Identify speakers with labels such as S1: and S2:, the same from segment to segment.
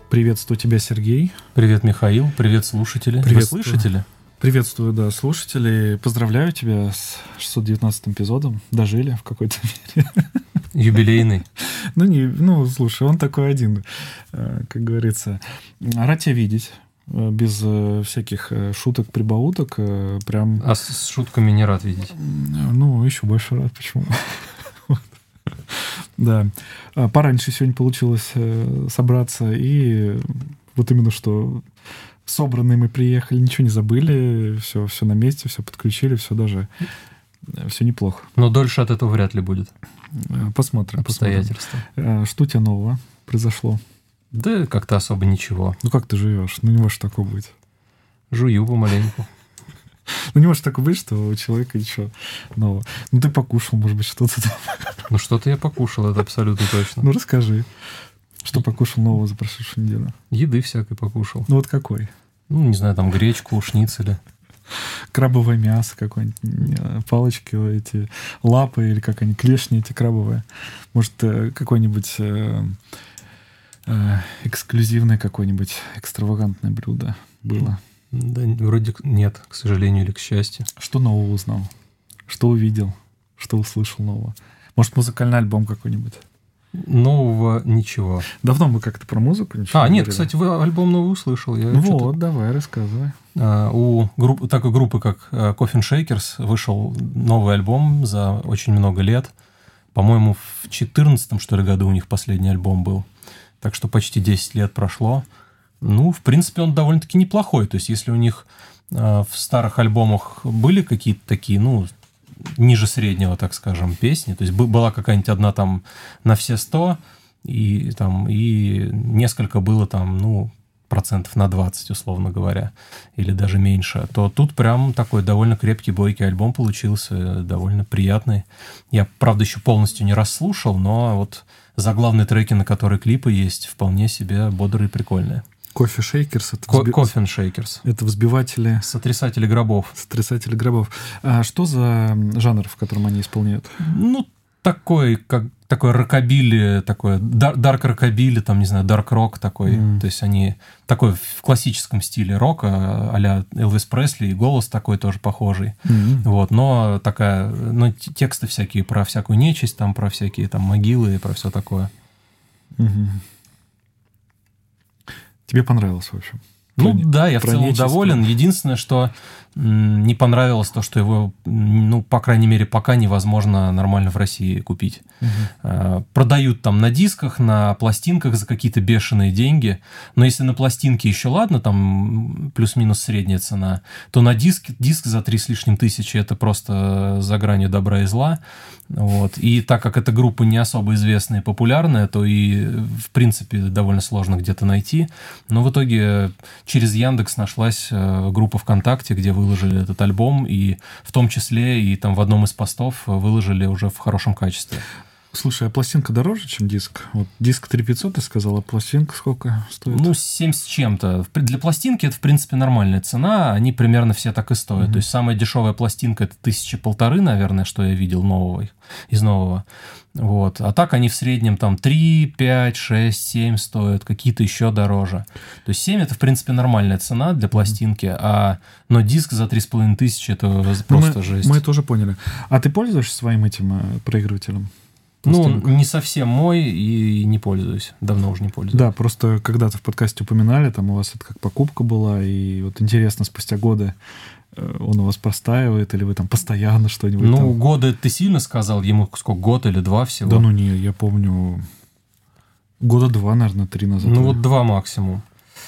S1: Приветствую тебя, Сергей.
S2: Привет, Михаил. Привет, слушатели.
S1: Приветствую.
S2: Вы слышатели?
S1: Приветствую, да, слушатели. Поздравляю тебя с 619 эпизодом. Дожили в какой-то мере.
S2: Юбилейный.
S1: Слушай, он такой один, как говорится. Рад тебя видеть. Без всяких шуток, прибауток. Прям...
S2: А с шутками не рад видеть.
S1: Еще больше рад. Почему? Да. Пораньше сегодня получилось собраться. И вот именно что собранные мы приехали, ничего не забыли. Все на месте, все подключили, все неплохо.
S2: Но дольше от этого вряд ли будет.
S1: Посмотрим.
S2: Обстоятельства.
S1: Что у тебя нового произошло?
S2: Да как-то особо ничего.
S1: Как ты живешь? Не может такого быть.
S2: Жую помаленьку.
S1: Не может такого быть, что у человека ничего нового. Ты покушал, может быть, что-то там.
S2: Что-то я покушал, это абсолютно точно.
S1: Расскажи, что покушал нового за прошедшую неделю.
S2: Еды всякой покушал.
S1: Какой?
S2: Не знаю, там гречку, шницели.
S1: Крабовое мясо какое-нибудь, палочки эти, лапы или как они, клешни эти крабовые. Может, какое-нибудь эксклюзивное какое-нибудь экстравагантное блюдо было?
S2: Да, вроде нет, к сожалению или к счастью.
S1: Что нового узнал? Что увидел? Что услышал нового? Может, музыкальный альбом какой-нибудь?
S2: Нового ничего.
S1: Давно мы как-то про музыку ничего не
S2: нет,
S1: говорили.
S2: кстати, вы альбом новый услышал.
S1: Давай, рассказывай.
S2: У такой группы, как Coffin Shakers, вышел новый альбом за очень много лет. По-моему, в 2014, что ли, году у них последний альбом был. Так что почти 10 лет прошло. В принципе, он довольно-таки неплохой. То есть, если у них в старых альбомах были какие-то такие, ниже среднего, так скажем, песни, то есть была какая-нибудь одна там на все 100, и несколько было там, процентов на 20, условно говоря, или даже меньше, то тут прям такой довольно крепкий, бойкий альбом получился, довольно приятный. Я, правда, еще полностью не расслушал, но вот заглавные треки, на которые клипы есть, вполне себе бодрые и прикольные.
S1: Coffin Shakers.
S2: Coffin Shakers.
S1: Это взбиватели...
S2: Сотрясатели гробов.
S1: Сотрясатели гробов. А что за жанр, в котором они исполняют?
S2: Такой рокобили, такой дарк рокобили, там, не знаю, дарк рок такой. То есть они такой в классическом стиле рока, а-ля Элвис Пресли, и голос такой тоже похожий. Но тексты всякие про всякую нечисть, там, про всякие там могилы и про все такое.
S1: Тебе понравилось, в общем?
S2: Да, я в целом доволен. Единственное, что не понравилось, то, что его, по крайней мере, пока невозможно нормально в России купить. Продают там на дисках, на пластинках за какие-то бешеные деньги. Но если на пластинке еще ладно, там плюс-минус средняя цена, то на диск за 3 с лишним тысячи это просто за гранью добра и зла. И так как эта группа не особо известная и популярная, то и, в принципе, довольно сложно где-то найти. Но в итоге через Яндекс нашлась группа ВКонтакте, где выложили этот альбом, и в том числе и там в одном из постов выложили уже в хорошем качестве.
S1: Слушай, а пластинка дороже, чем диск? Диск 3500, ты сказал, а пластинка сколько стоит?
S2: 7 с чем-то. Для пластинки это, в принципе, нормальная цена, они примерно все так и стоят. То есть самая дешевая пластинка — это 1500, наверное, что я видел из нового. А так они в среднем там 3, 5, 6, 7 стоят, какие-то еще дороже. То есть 7 — это, в принципе, нормальная цена для пластинки, но диск за 3500 — это просто жесть.
S1: Мы это уже поняли. А ты пользуешься своим этим проигрывателем?
S2: Не совсем мой и не пользуюсь. Давно уже не пользуюсь.
S1: Да, просто когда-то в подкасте упоминали, там у вас это как покупка была, и интересно, спустя годы он у вас простаивает, или вы там постоянно что-нибудь
S2: годы ты сильно сказал, ему сколько, год или 2 всего?
S1: Да я помню, года 2, наверное, 3 назад.
S2: 2 максимум.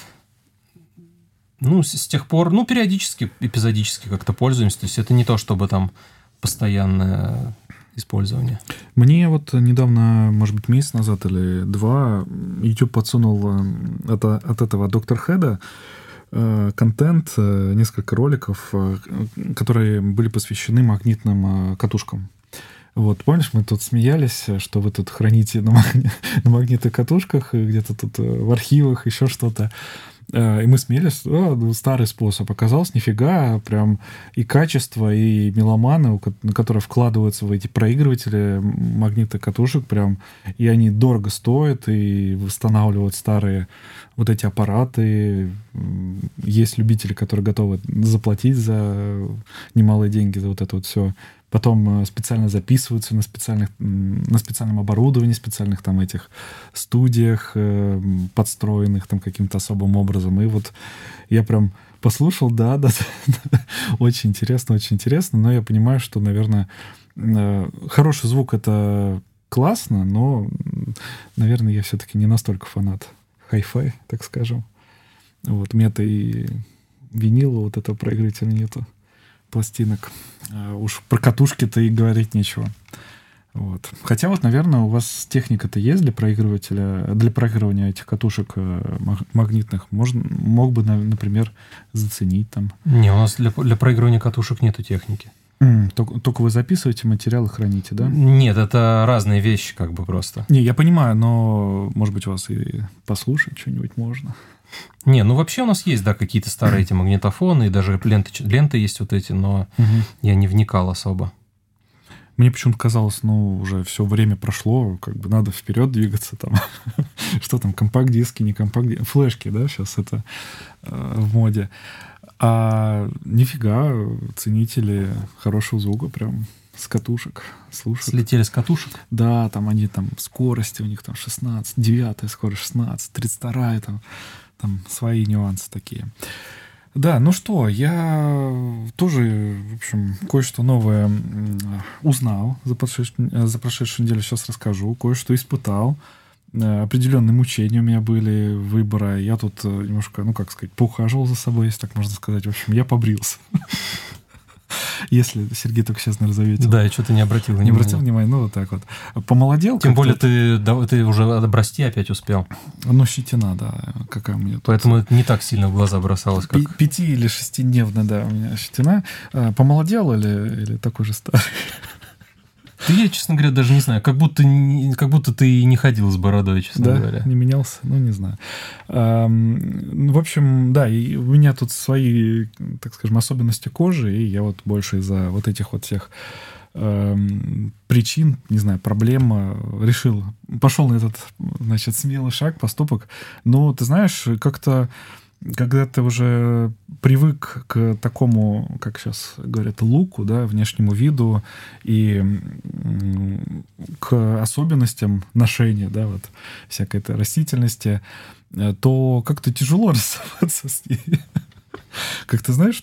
S2: С тех пор, периодически, эпизодически как-то пользуемся, то есть это не то, чтобы там постоянное использования.
S1: Мне недавно, может быть, месяц назад или 2, YouTube подсунул от этого Доктор Хеда контент, несколько роликов, которые были посвящены магнитным катушкам. Помнишь, мы тут смеялись, что вы тут храните на магнитных катушках, где-то тут в архивах, еще что-то. И мы смеялись, старый способ. Оказалось, нифига, прям и качество, и меломаны, которые вкладываются в эти проигрыватели магнитокатушек, прям, и они дорого стоят, и восстанавливают старые вот эти аппараты. Есть любители, которые готовы заплатить за немалые деньги за вот это вот все. Потом специально записываются на специальном оборудовании, специальных там этих студиях, подстроенных там каким-то особым образом. И вот я прям послушал, да, очень интересно, но я понимаю, что, наверное, хороший звук — это классно, но, наверное, я все-таки не настолько фанат хай-фай, так скажем. Вот, у меня-то и винила вот этого проигрывателя нету, пластинок. Уж про катушки-то и говорить нечего. Вот. Хотя вот, наверное, у вас техника-то есть для проигрывания этих катушек магнитных. Мог бы, например, заценить там.
S2: Не, у нас для проигрывания катушек нету техники.
S1: Только вы записываете материал и храните, да?
S2: Нет, это разные вещи как бы просто.
S1: Не, я понимаю, но, может быть, у вас и послушать что-нибудь можно.
S2: Не, ну вообще у нас есть, да, какие-то старые эти магнитофоны, и даже ленты есть вот эти, но я не вникал особо.
S1: Мне почему-то казалось, уже все время прошло, как бы надо вперед двигаться там. Что там, компакт-диски, не компакт-диски, флешки, да, сейчас это в моде. А нифига, ценители хорошего звука прям с катушек слушают.
S2: Слетели с катушек?
S1: Да, там они там скорости у них там 16, 9 скорость 16, 32 там свои нюансы такие. Да, ну что, я тоже, в общем, кое-что новое узнал за прошедшую неделю, сейчас расскажу, кое-что испытал. Определенные мучения у меня были выбора. Я тут немножко, поухаживал за собой, если так можно сказать. В общем, я побрился. Если Сергей только сейчас, наверное, заметил.
S2: Да, я что-то не обратил внимания.
S1: Не обратил внимания, вот так вот. Помолодел.
S2: Тем более ты уже обрасти опять успел.
S1: Щетина, да. Какая у меня тут.
S2: Поэтому это не так сильно в глаза бросалось, как...
S1: 5- или 6-дневная, да, у меня щетина. Помолодел или такой же старый?
S2: Да я, честно говоря, даже не знаю. Как будто ты и не ходил с бородой, честно говоря.
S1: Не менялся? Не знаю. В общем, да, и у меня тут свои, так скажем, особенности кожи, и я вот больше из-за вот этих вот всех причин, не знаю, проблем пошел на этот, смелый шаг, поступок. Но, ты знаешь, как-то когда ты уже привык к такому, как сейчас говорят, луку, да, внешнему виду и к особенностям ношения, да, вот всякой этой растительности, то как-то тяжело расставаться с ней. Как ты знаешь,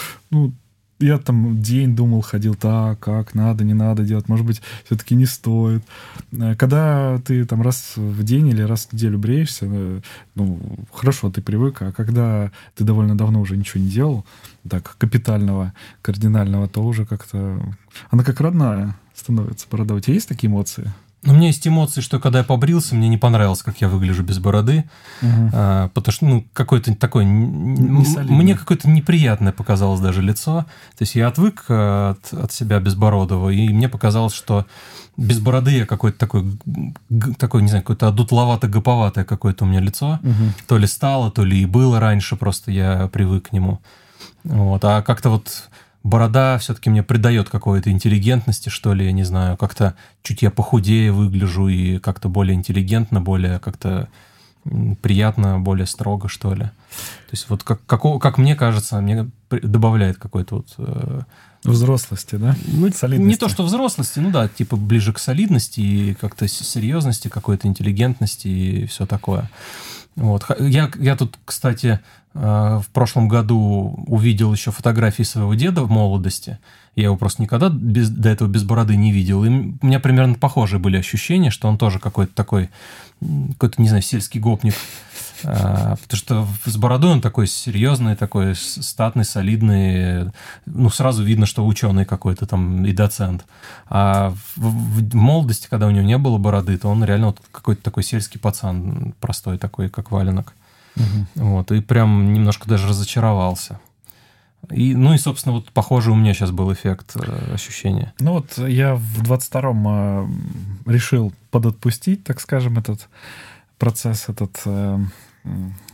S1: я там день думал, ходил так, как надо, не надо делать, может быть, все-таки не стоит. Когда ты там раз в день или раз в неделю бреешься, хорошо, ты привык, а когда ты довольно давно уже ничего не делал, так, капитального, кардинального, то уже как-то... Она как родная становится, борода. У тебя есть такие эмоции?
S2: У меня есть эмоции, что когда я побрился, мне не понравилось, как я выгляжу без бороды, потому что, какое-то такое... Мне какое-то неприятное показалось даже лицо. То есть я отвык от себя безбородого, и мне показалось, что без бороды я какой-то такой, не знаю, какое-то одутловато-гоповатое какое-то у меня лицо. То ли стало, то ли и было раньше, просто я привык к нему. Вот. А как-то вот... Борода все-таки мне придает какой-то интеллигентности, что ли, я не знаю, как-то чуть я похудее выгляжу и как-то более интеллигентно, более как-то приятно, более строго, что ли. То есть вот как мне кажется, мне добавляет какой-то вот...
S1: Взрослости, да?
S2: Солидности. Не то, что взрослости, типа ближе к солидности и как-то серьезности, какой-то интеллигентности и все такое. Вот. Я тут, кстати, в прошлом году увидел еще фотографии своего деда в молодости. Я его просто никогда до этого без бороды не видел. И у меня примерно похожие были ощущения, что он тоже какой-то такой, не знаю, сельский гопник. Потому что с бородой он такой серьезный, такой статный, солидный. Сразу видно, что ученый какой-то там и доцент. А в молодости, когда у него не было бороды, то он реально вот какой-то такой сельский пацан, простой такой, как валенок. Вот, и прям немножко даже разочаровался. И, собственно, вот похоже у меня сейчас был эффект ощущения.
S1: Я в 22-м решил подотпустить, так скажем, этот процесс,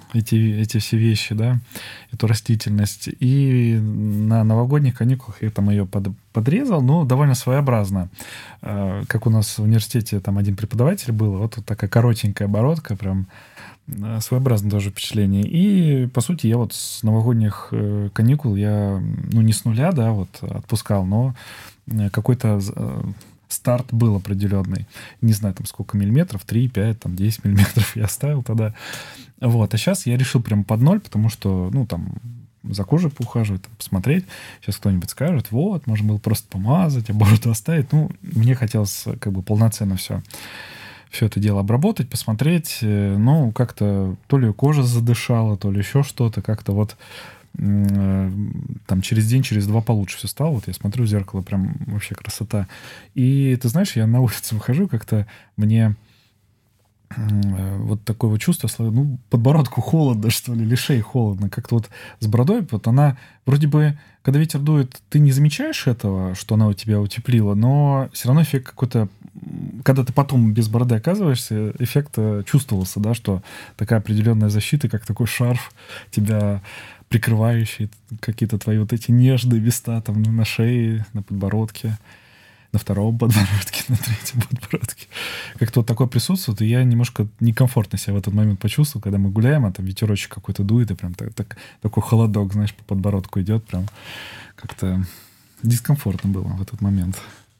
S1: эти все вещи, да, эту растительность. И на новогодних каникулах я там ее подрезал, но довольно своеобразно. Как у нас в университете там один преподаватель был, вот такая коротенькая бородка, прям своеобразное тоже впечатление. И, по сути, я вот с новогодних каникул я, ну, не с нуля, да, вот отпускал, но какой-то старт был определенный. Не знаю, там сколько миллиметров, 3, 5, там 10 миллиметров я оставил тогда. Вот. А сейчас я решил прям под ноль, потому что, ну, там, за кожей поухаживать, там, посмотреть. Сейчас кто-нибудь скажет, вот, можно было просто помазать, а бороду оставить. Ну, мне хотелось как бы полноценно все это дело обработать, посмотреть. Ну, как-то то ли кожа задышала, то ли еще что-то. Как-то вот там через день, через два получше все стало. Вот я смотрю в зеркало, прям вообще красота. И ты знаешь, я на улице выхожу, как-то мне вот такое вот чувство, ну, подбородку холодно, что ли, или шее холодно. Как-то вот с бородой, вот она вроде бы, когда ветер дует, ты не замечаешь этого, что она у тебя утеплила, но все равно эффект какой-то, когда ты потом без бороды оказываешься, эффект чувствовался, да, что такая определенная защита, как такой шарф тебя прикрывающий, какие-то твои вот эти нежные места там на шее, на подбородке, на втором подбородке, на третьем подбородке. Как-то вот такое присутствует, и я немножко некомфортно себя в этот момент почувствовал, когда мы гуляем, а там ветерочек какой-то дует, и прям такой холодок, знаешь, по подбородку идет, прям как-то дискомфортно было в этот момент.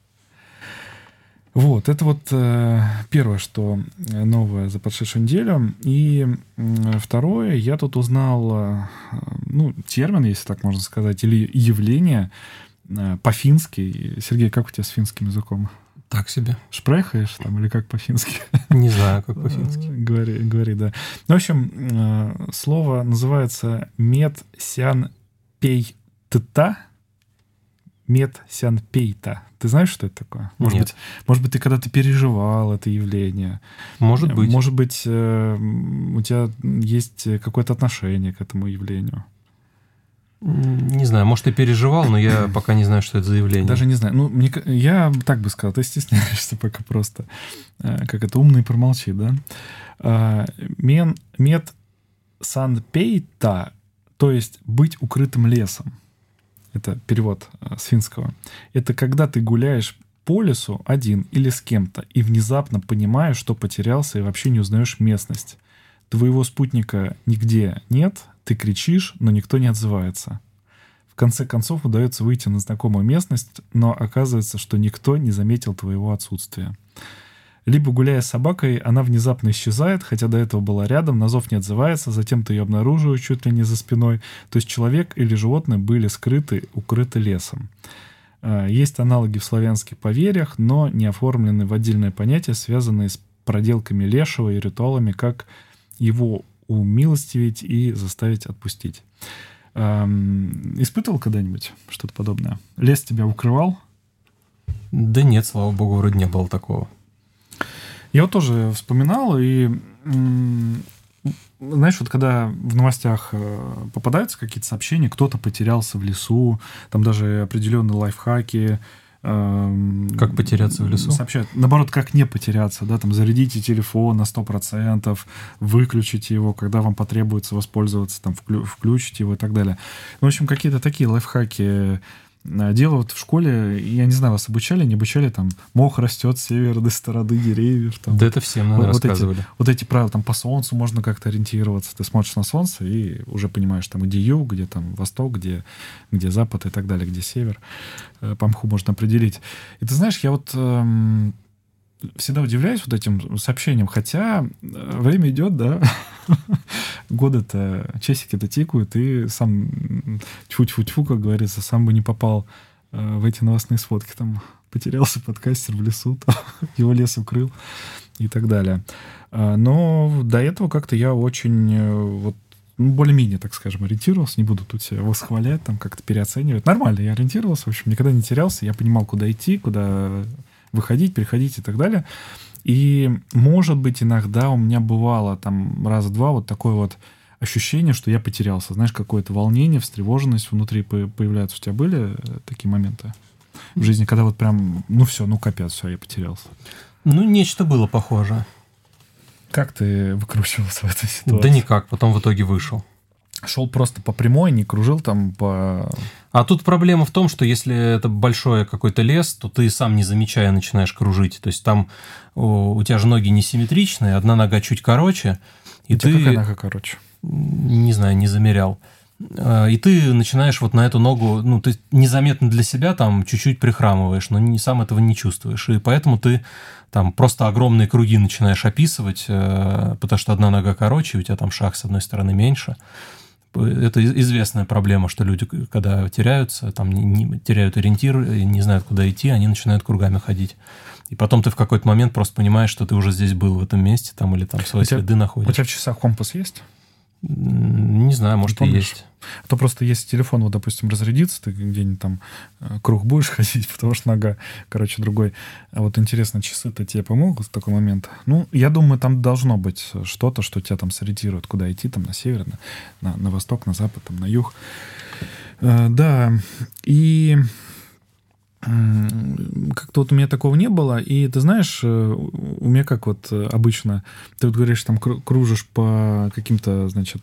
S1: Вот, это вот первое, что новое за прошедшую неделю. И второе, я тут узнал, ну, термин, если так можно сказать, или явление по-фински. Сергей, как у тебя с финским языком?
S2: Так себе.
S1: Шпрехаешь там или как по-фински?
S2: Не знаю, как по-фински.
S1: Говори, да. Ну, в общем, слово называется медсянпейтта. Медсянпейта. Ты знаешь, что это такое?
S2: Нет.
S1: Может быть, ты когда-то переживал это явление.
S2: Может быть.
S1: Может быть, у тебя есть какое-то отношение к этому явлению.
S2: Не знаю, может, и переживал, но я пока не знаю, что это за явление.
S1: Даже не знаю. Ну, я так бы сказал, ты стесняешься пока просто. Как это, умный промолчи, да? Медсанпейта, то есть быть укрытым лесом. Это перевод с финского. Это когда ты гуляешь по лесу один или с кем-то и внезапно понимаешь, что потерялся и вообще не узнаешь местность. Твоего спутника нигде нет, ты кричишь, но никто не отзывается. В конце концов удается выйти на знакомую местность, но оказывается, что никто не заметил твоего отсутствия. Либо, гуляя с собакой, она внезапно исчезает, хотя до этого была рядом, на зов не отзывается, затем ты ее обнаруживаешь чуть ли не за спиной. То есть человек или животное были скрыты, укрыты лесом. Есть аналоги в славянских поверьях, но не оформлены в отдельное понятие, связанные с проделками лешего и ритуалами, как его умилостивить и заставить отпустить. Испытывал когда-нибудь что-то подобное? Лес тебя укрывал?
S2: Да нет, слава богу, вроде не было такого.
S1: Я вот тоже вспоминал, и, знаешь, вот когда в новостях попадаются какие-то сообщения, кто-то потерялся в лесу, там даже определенные лайфхаки.
S2: Как потеряться в лесу?
S1: Сообщают. Наоборот, как не потеряться, да, там зарядите телефон на 100%, выключите его, когда вам потребуется воспользоваться, там, включите его и так далее. Ну, в общем, какие-то такие лайфхаки делают в школе. Я не знаю, вас обучали, не обучали, там, мох растет с северной стороны деревьев. Там.
S2: Да это всем, наверное, рассказывали.
S1: Вот эти правила, там, по солнцу можно как-то ориентироваться. Ты смотришь на солнце и уже понимаешь, там, где юг, где там восток, где запад и так далее, где север. По мху можно определить. И ты знаешь, я вот всегда удивляюсь вот этим сообщением, хотя время идет, да, годы-то, часики-то тикают, и сам тьфу-тьфу-тьфу, как говорится, сам бы не попал в эти новостные сводки, там, потерялся подкастер в лесу, там, его лес укрыл и так далее. Но до этого как-то я очень вот, ну, более-менее, так скажем, ориентировался, не буду тут себя восхвалять, там, как-то переоценивать. Нормально, я ориентировался, в общем, никогда не терялся, я понимал, куда идти, куда выходить, переходить и так далее. И, может быть, иногда у меня бывало там раза два вот такое вот ощущение, что я потерялся. Знаешь, какое-то волнение, встревоженность внутри появляются. У тебя были такие моменты в жизни, когда вот прям, ну все, ну капец, все, я потерялся?
S2: Ну, нечто было похоже.
S1: Как ты выкручивался в этой ситуации?
S2: Да никак, потом в итоге вышел.
S1: Шел просто по прямой, не кружил там по...
S2: А тут проблема в том, что если это большой какой-то лес, то ты сам не замечая начинаешь кружить. То есть там у тебя же ноги несимметричные, одна нога чуть короче. И
S1: у тебя какая нога короче?
S2: Не знаю, не замерял. И ты начинаешь вот на эту ногу, ну, ты незаметно для себя там чуть-чуть прихрамываешь, но сам этого не чувствуешь. И поэтому ты там просто огромные круги начинаешь описывать, потому что одна нога короче, у тебя там шаг с одной стороны меньше. Это известная проблема, что люди, когда теряются, там теряют ориентир, не знают, куда идти, они начинают кругами ходить. И потом ты в какой-то момент просто понимаешь, что ты уже здесь был в этом месте, там, или там свои следы находишь.
S1: У тебя в часах компас есть?
S2: Не знаю, может, и есть.
S1: А то просто если телефон, вот, допустим, разрядится, ты где-нибудь там круг будешь ходить, потому что нога, короче, другой. А вот интересно, часы-то тебе помогут в такой момент? Ну, я думаю, там должно быть что-то, что тебя там сориентирует, куда идти, там, на север, на восток, на запад, там, на юг. Да, и... как-то вот у меня такого не было, и ты знаешь, у меня как вот обычно, ты вот говоришь, там кружишь по каким-то, значит,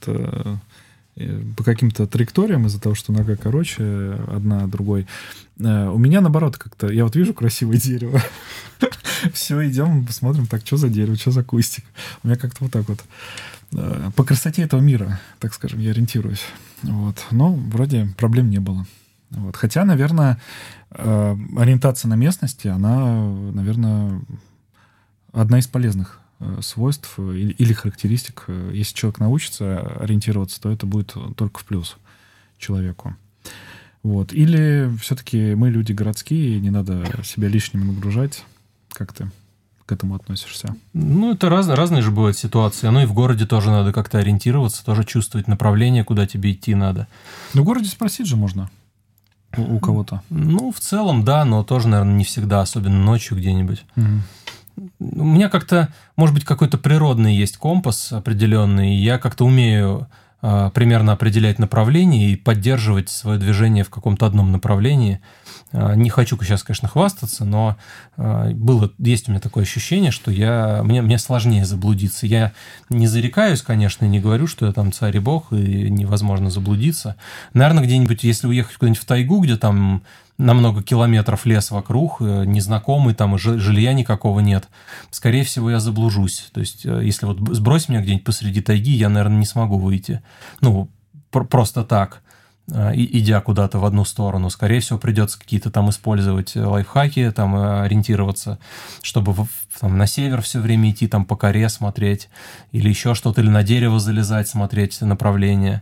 S1: по каким-то траекториям из-за того, что нога короче, одна другой. У меня наоборот как-то, я вот вижу красивое дерево, все, идем, посмотрим, так, что за дерево, что за кустик. У меня как-то вот так вот по красоте этого мира, так скажем, я ориентируюсь. Вот. Но вроде проблем не было. Вот. Хотя, наверное, ориентация на местности, она, наверное, одна из полезных свойств или характеристик. Если человек научится ориентироваться, то это будет только в плюс человеку. Вот. Или все-таки мы люди городские, не надо себя лишним нагружать. Как ты к этому относишься?
S2: Ну, это разные же бывают ситуации. Ну и в городе тоже надо как-то ориентироваться, тоже чувствовать направление, куда тебе идти надо.
S1: Ну, в городе спросить же можно. У кого-то?
S2: Ну, в целом, да, но тоже, наверное, не всегда, особенно ночью где-нибудь.
S1: Угу.
S2: У меня как-то, может быть, какой-то природный есть компас определенный, и я как-то умею примерно определять направление и поддерживать свое движение в каком-то одном направлении. Не хочу сейчас, конечно, хвастаться, но есть у меня такое ощущение, что мне сложнее заблудиться. Я не зарекаюсь, конечно, и не говорю, что я там царь и бог, и невозможно заблудиться. Наверное, где-нибудь, если уехать куда-нибудь в тайгу, где там на много километров лес вокруг, незнакомый, там и жилья никакого нет, скорее всего, я заблужусь. То есть, если вот сбрось меня где-нибудь посреди тайги, я, наверное, не смогу выйти. Ну, просто так, идя куда-то в одну сторону. Скорее всего, придется какие-то там использовать лайфхаки, там ориентироваться, чтобы там, на север все время идти, там по коре смотреть, или еще что-то, или на дерево залезать, смотреть направление.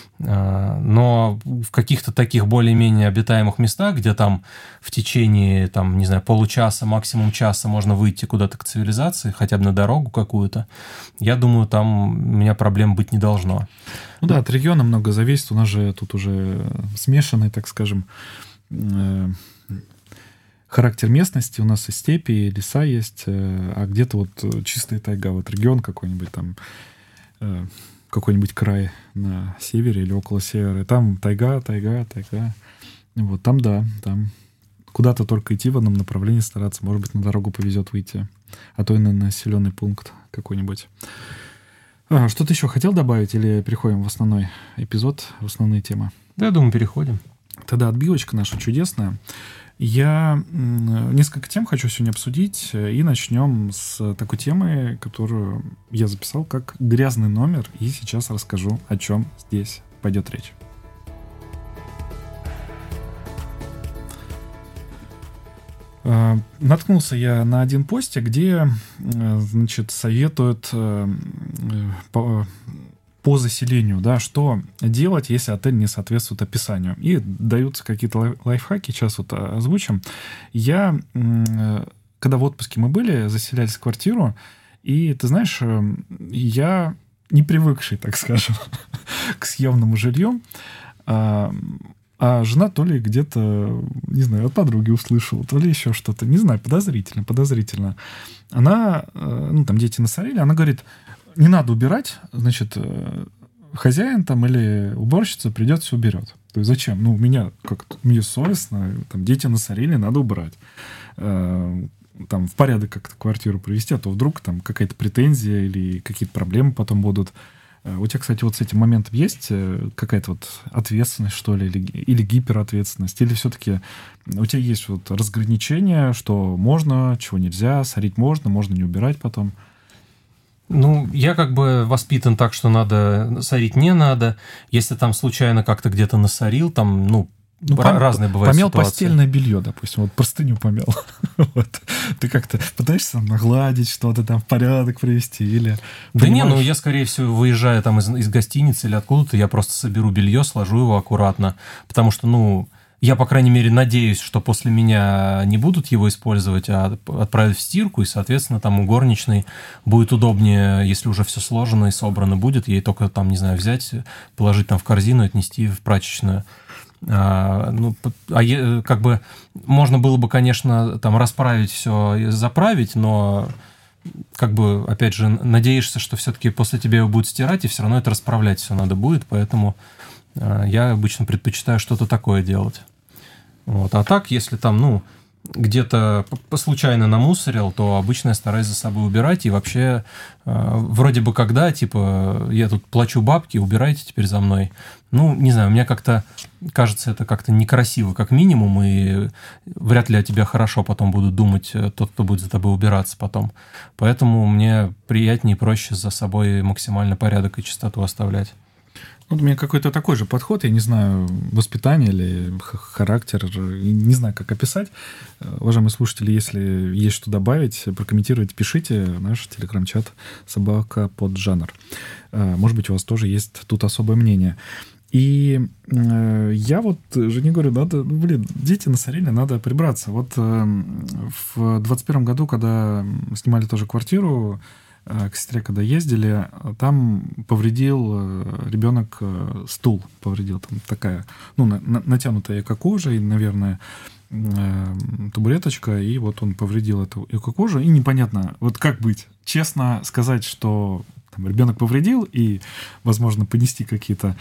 S2: Но в каких-то таких более-менее обитаемых местах, где там в течение, там, не знаю, получаса, максимум часа можно выйти куда-то к цивилизации, хотя бы на дорогу какую-то, я думаю, там у меня проблем быть не должно.
S1: Ну да, от региона много зависит. У нас же тут уже смешанный, так скажем, характер местности. У нас и степи, и леса есть, а где-то вот чистая тайга, вот регион какой-нибудь там, какой-нибудь край на севере или около севера. И там тайга. Вот там, да, там куда-то только идти в одном направлении, стараться. Может быть, на дорогу повезет выйти. А то и на населенный пункт какой-нибудь. Что-то еще хотел добавить или переходим в основной эпизод, в основные темы?
S2: Да, я думаю, переходим.
S1: Тогда отбивочка наша чудесная. Я несколько тем хочу сегодня обсудить, и начнем с такой темы, которую я записал как грязный номер, и сейчас расскажу, о чем здесь пойдет речь. Наткнулся я на один постик, где, значит, советуют по заселению, да, что делать, если отель не соответствует описанию. И даются какие-то лайфхаки, сейчас вот озвучим. Когда в отпуске мы были, заселялись в квартиру, и, ты знаешь, я не привыкший, так скажем, к съемному жилью, а жена то ли где-то, не знаю, от подруги услышала, то ли еще что-то, не знаю, подозрительно. Она, ну, там дети насорили, она говорит, не надо убирать, значит, хозяин там или уборщица придет, все уберет. То есть зачем? Ну, мне совестно, там дети насорили, надо убрать. там в порядок как-то квартиру привести, а то вдруг там какая-то претензия или какие-то проблемы потом будут. У тебя, кстати, вот с этим моментом есть какая-то вот ответственность, что ли, или гиперответственность, или все-таки у тебя есть вот разграничение, что можно, чего нельзя, сорить можно не убирать потом?
S2: Ну, я как бы воспитан так, что надо сорить не надо. Если там случайно как-то где-то насорил, там, разные бывают
S1: помял
S2: ситуации.
S1: Постельное белье, допустим, вот простыню помял. Вот. Ты как-то пытаешься там нагладить что-то, там в порядок привести или...
S2: Да не, я, скорее всего, выезжая там из гостиницы или откуда-то, я просто соберу белье, сложу его аккуратно, потому что, я, по крайней мере, надеюсь, что после меня не будут его использовать, а отправят в стирку, и, соответственно, там у горничной будет удобнее, если уже все сложено и собрано будет, ей только там, не знаю, взять, положить там в корзину и отнести в прачечную. Как бы можно было бы, конечно, там расправить все, заправить, но как бы, опять же, надеешься, что все-таки после тебя его будут стирать, и все равно это расправлять все надо будет, поэтому я обычно предпочитаю что-то такое делать. Вот. А так, если там, где-то случайно намусорил, то обычно я стараюсь за собой убирать, и вообще вроде бы когда, типа, я тут плачу бабки, убирайте теперь за мной. Не знаю, мне как-то кажется, это как-то некрасиво, как минимум, и вряд ли о тебе хорошо потом будут думать тот, кто будет за тобой убираться потом. Поэтому мне приятнее и проще за собой максимально порядок и чистоту оставлять.
S1: Вот у меня какой-то такой же подход, я не знаю, воспитание или характер, не знаю, как описать. Уважаемые слушатели, если есть что добавить, прокомментировать, пишите наш телеграм-чат @собака_поджанр. Может быть, у вас тоже есть тут особое мнение. И я вот Жене говорю, надо, дети насорили, надо прибраться. Вот в 21 году, когда снимали тоже квартиру, к сестре, когда ездили, там повредил ребенок стул, повредил. Там такая, натянутая эко-кожа, и, наверное, табуреточка, и вот он повредил эту эко-кожу, и непонятно, вот как быть. Честно сказать, что там ребенок повредил, и, возможно, понести какие-то,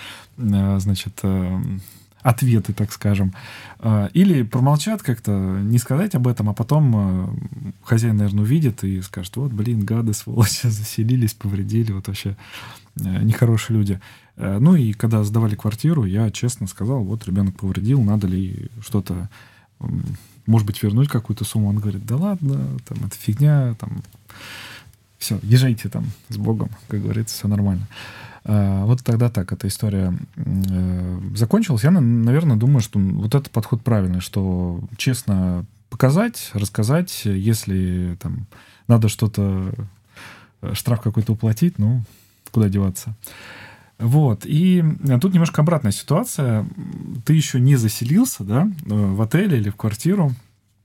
S1: ответы, так скажем. Или промолчат как-то, не сказать об этом, а потом хозяин, наверное, увидит и скажет, вот, гады, сволочи, заселились, повредили, вот вообще нехорошие люди. И когда сдавали квартиру, я честно сказал, вот, ребенок повредил, надо ли что-то, может быть, вернуть какую-то сумму. Он говорит, да ладно, там, это фигня, там, все, езжайте там с Богом, как говорится, все нормально. Вот тогда так эта история закончилась. Я, наверное, думаю, что вот этот подход правильный, что честно показать, рассказать, если там надо что-то, штраф какой-то уплатить, куда деваться. Вот. И тут немножко обратная ситуация. Ты еще не заселился, да, в отеле или в квартиру,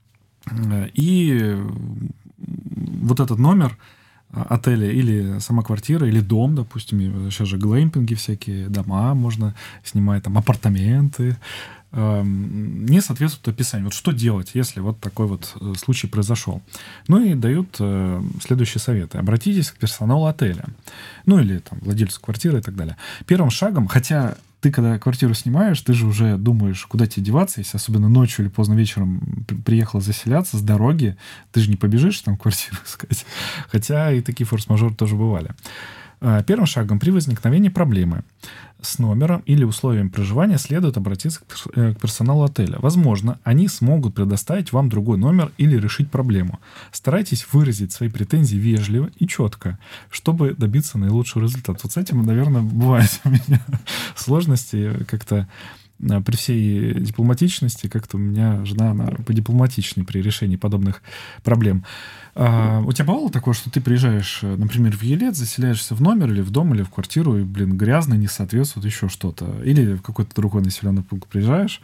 S1: и вот этот номер отеля или сама квартира, или дом, допустим, сейчас же глэмпинги всякие, дома можно снимать, там, апартаменты, не соответствует описанию. Вот что делать, если вот такой вот случай произошел? И дают следующие советы. Обратитесь к персоналу отеля, или там владельцу квартиры и так далее. Первым шагом, хотя ты, когда квартиру снимаешь, ты же уже думаешь, куда тебе деваться, если особенно ночью или поздно вечером приехал заселяться с дороги, ты же не побежишь там квартиру искать. Хотя и такие форс-мажоры тоже бывали. Первым шагом при возникновении проблемы с номером или условиями проживания следует обратиться к персоналу отеля. Возможно, они смогут предоставить вам другой номер или решить проблему. Старайтесь выразить свои претензии вежливо и четко, чтобы добиться наилучшего результата. Вот с этим, наверное, бывают у меня сложности как-то. При всей дипломатичности, как-то у меня жена, она подипломатичнее при решении подобных проблем. У тебя бывало такое, что ты приезжаешь, например, в Елец, заселяешься в номер или в дом, или в квартиру, и, грязно, не соответствует еще что-то. Или в какой-то другой населенный пункт приезжаешь,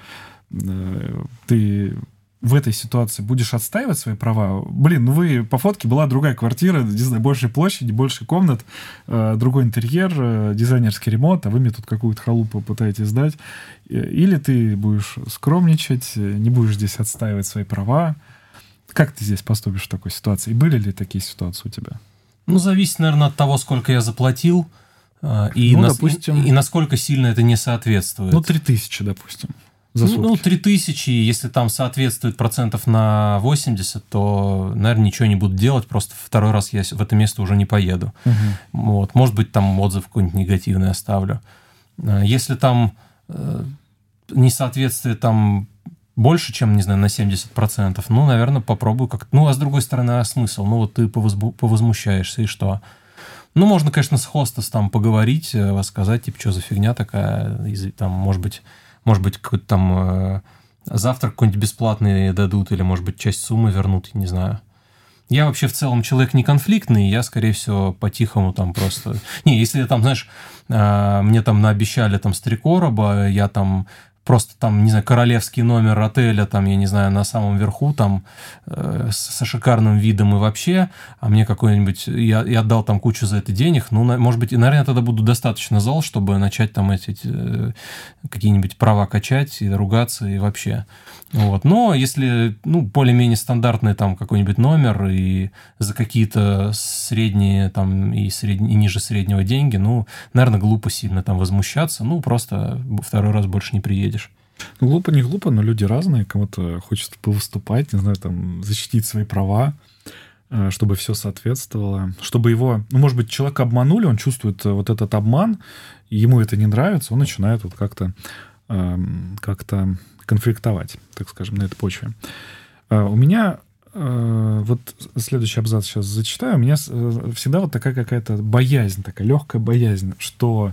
S1: ты в этой ситуации будешь отстаивать свои права? Вы по фотке была другая квартира, не знаю, большей площади, больше комнат, другой интерьер, дизайнерский ремонт, а вы мне тут какую-то халупу пытаетесь сдать. Или ты будешь скромничать, не будешь здесь отстаивать свои права. Как ты здесь поступишь в такой ситуации? И были ли такие ситуации у тебя?
S2: Зависит, наверное, от того, сколько я заплатил, допустим, и насколько сильно это не соответствует.
S1: 3000, допустим. за сутки?
S2: Ну, 3000, если там соответствует процентов на 80, то, наверное, ничего не буду делать, просто второй раз я в это место уже не поеду. Вот. Может быть, там отзыв какой-нибудь негативный оставлю. Если там несоответствие там больше, чем, не знаю, на 70%, ну, наверное, попробую как-то. Ну, а с другой стороны, а смысл? Ну, вот ты повозмущаешься, и что? Ну, можно, конечно, с хостес там поговорить, сказать, типа, что за фигня такая, там, может быть, какой-то там завтрак какой-нибудь бесплатный дадут, или, может быть, часть суммы вернут, не знаю. Я вообще в целом человек не конфликтный, я, скорее всего, по-тихому там просто... Не, если там, знаешь, мне там наобещали там с 3 короба, я там просто там, не знаю, королевский номер отеля, там, я не знаю, на самом верху, там, со шикарным видом и вообще, а мне какой-нибудь... Я отдал там кучу за это денег, ну, может быть, наверное, я тогда буду достаточно зол, чтобы начать там эти какие-нибудь права качать и ругаться и вообще. Вот. Но если, ну, более-менее стандартный там какой-нибудь номер и за какие-то средние там и ниже среднего деньги, ну, наверное, глупо сильно там возмущаться, ну, просто второй раз больше не приедешь.
S1: Ну, глупо, не глупо, но люди разные, кому-то хочется повыступать, не знаю, там, защитить свои права, чтобы все соответствовало, чтобы его... Ну, может быть, человека обманули, он чувствует вот этот обман, ему это не нравится, он начинает вот как-то конфликтовать, так скажем, на этой почве. У меня вот следующий абзац сейчас зачитаю. У меня всегда вот такая какая-то боязнь, такая легкая боязнь, что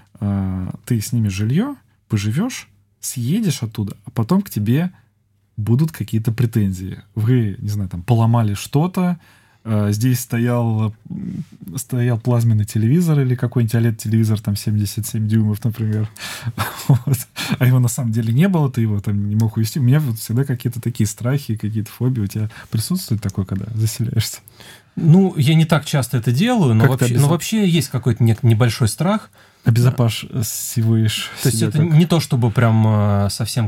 S1: ты снимешь жилье, поживешь, съедешь оттуда, а потом к тебе будут какие-то претензии. Вы, не знаю, там, поломали что-то, здесь стоял плазменный телевизор или какой-нибудь OLED-телевизор, там, 77 дюймов, например. Вот. А его на самом деле не было, ты его там не мог увезти. У меня вот всегда какие-то такие страхи, какие-то фобии. У тебя присутствует такое, когда заселяешься?
S2: Ну, я не так часто это делаю, но вообще есть какой-то небольшой страх.
S1: Обезопасиваешь.
S2: То есть это не то, чтобы прям совсем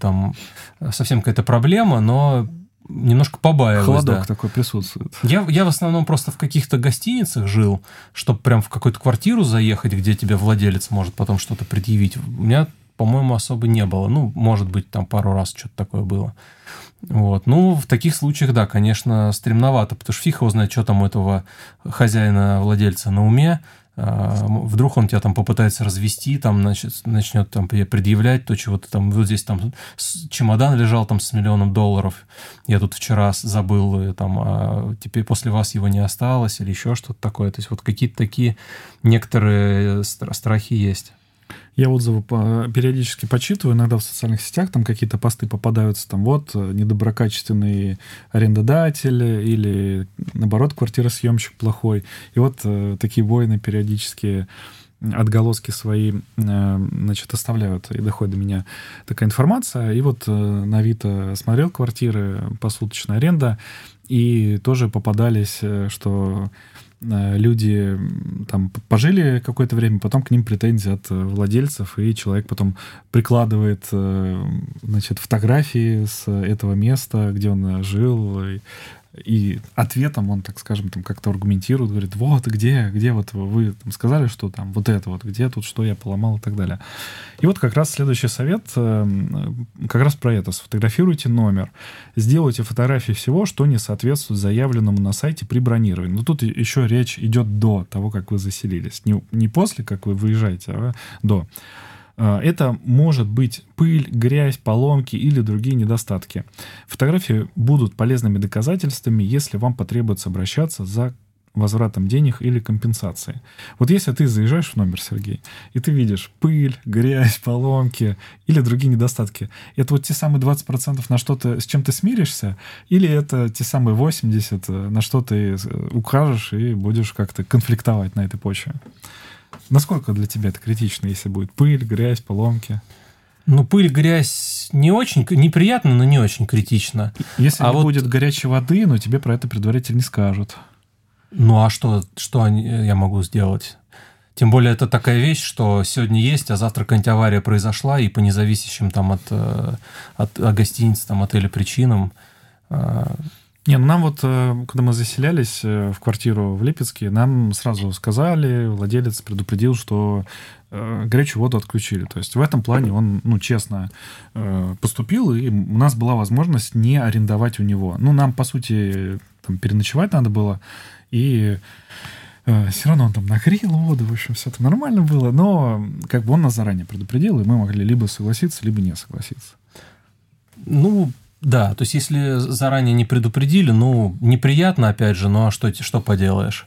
S2: какая-то проблема, но немножко побаиваюсь.
S1: Холодок такой присутствует.
S2: Я в основном просто в каких-то гостиницах жил, чтобы прям в какую-то квартиру заехать, где тебе владелец может потом что-то предъявить. У меня, по-моему, особо не было. Ну, может быть, там пару раз что-то такое было. Вот. Ну, в таких случаях, да, конечно, стремновато, потому что фиг его знает, что там у этого хозяина-владельца на уме. Вдруг он тебя там попытается развести, там начнет там предъявлять то, чего ты там... Вот здесь там чемодан лежал там с $1 миллион. Я тут вчера забыл, там, а теперь после вас его не осталось или еще что-то такое. То есть вот какие-то такие некоторые страхи есть.
S1: Я отзывы периодически почитываю, иногда в социальных сетях там какие-то посты попадаются, там вот недоброкачественный арендодатель или, наоборот, квартиросъемщик плохой. И вот такие войны периодически отголоски свои, значит, оставляют, и доходит до меня такая информация. И вот на Авито смотрел квартиры, посуточная аренда, и тоже попадались, что... люди там пожили какое-то время, потом к ним претензии от владельцев, и человек потом прикладывает, значит, фотографии с этого места, где он жил, и ответом он, так скажем, там как-то аргументирует, говорит, вот, где вот вы там сказали, что там вот это вот, где тут что я поломал и так далее. И вот как раз следующий совет как раз про это. Сфотографируйте номер, сделайте фотографии всего, что не соответствует заявленному на сайте при бронировании. Но тут еще речь идет до того, как вы заселились. Не после, как вы выезжаете, а до. Это может быть пыль, грязь, поломки или другие недостатки. Фотографии будут полезными доказательствами, если вам потребуется обращаться за возвратом денег или компенсацией. Вот если ты заезжаешь в номер, Сергей, и ты видишь пыль, грязь, поломки или другие недостатки, это вот те самые 20% на что-то, с чем ты смиришься, или это те самые 80%, на что ты укажешь и будешь как-то конфликтовать на этой почве? Насколько для тебя это критично, если будет пыль, грязь, поломки?
S2: Ну, пыль, грязь не очень неприятно, но не очень критично.
S1: Если не будет горячей воды, но тебе про это предварительно не скажут.
S2: Ну, а что я могу сделать? Тем более, это такая вещь, что сегодня есть, а завтра какая-нибудь авария произошла, и по независящим там от гостиницы, там, отеля причинам
S1: Не, ну нам вот, когда мы заселялись в квартиру в Липецке, нам сразу сказали, владелец предупредил, что горячую воду отключили. То есть в этом плане он, ну, честно поступил, и у нас была возможность не арендовать у него. Ну, нам, по сути, там переночевать надо было, и все равно он там нагрел воду, в общем, все это нормально было, но как бы он нас заранее предупредил, и мы могли либо согласиться, либо не согласиться.
S2: Ну, да, то есть если заранее не предупредили, ну, неприятно, опять же, ну, а что поделаешь?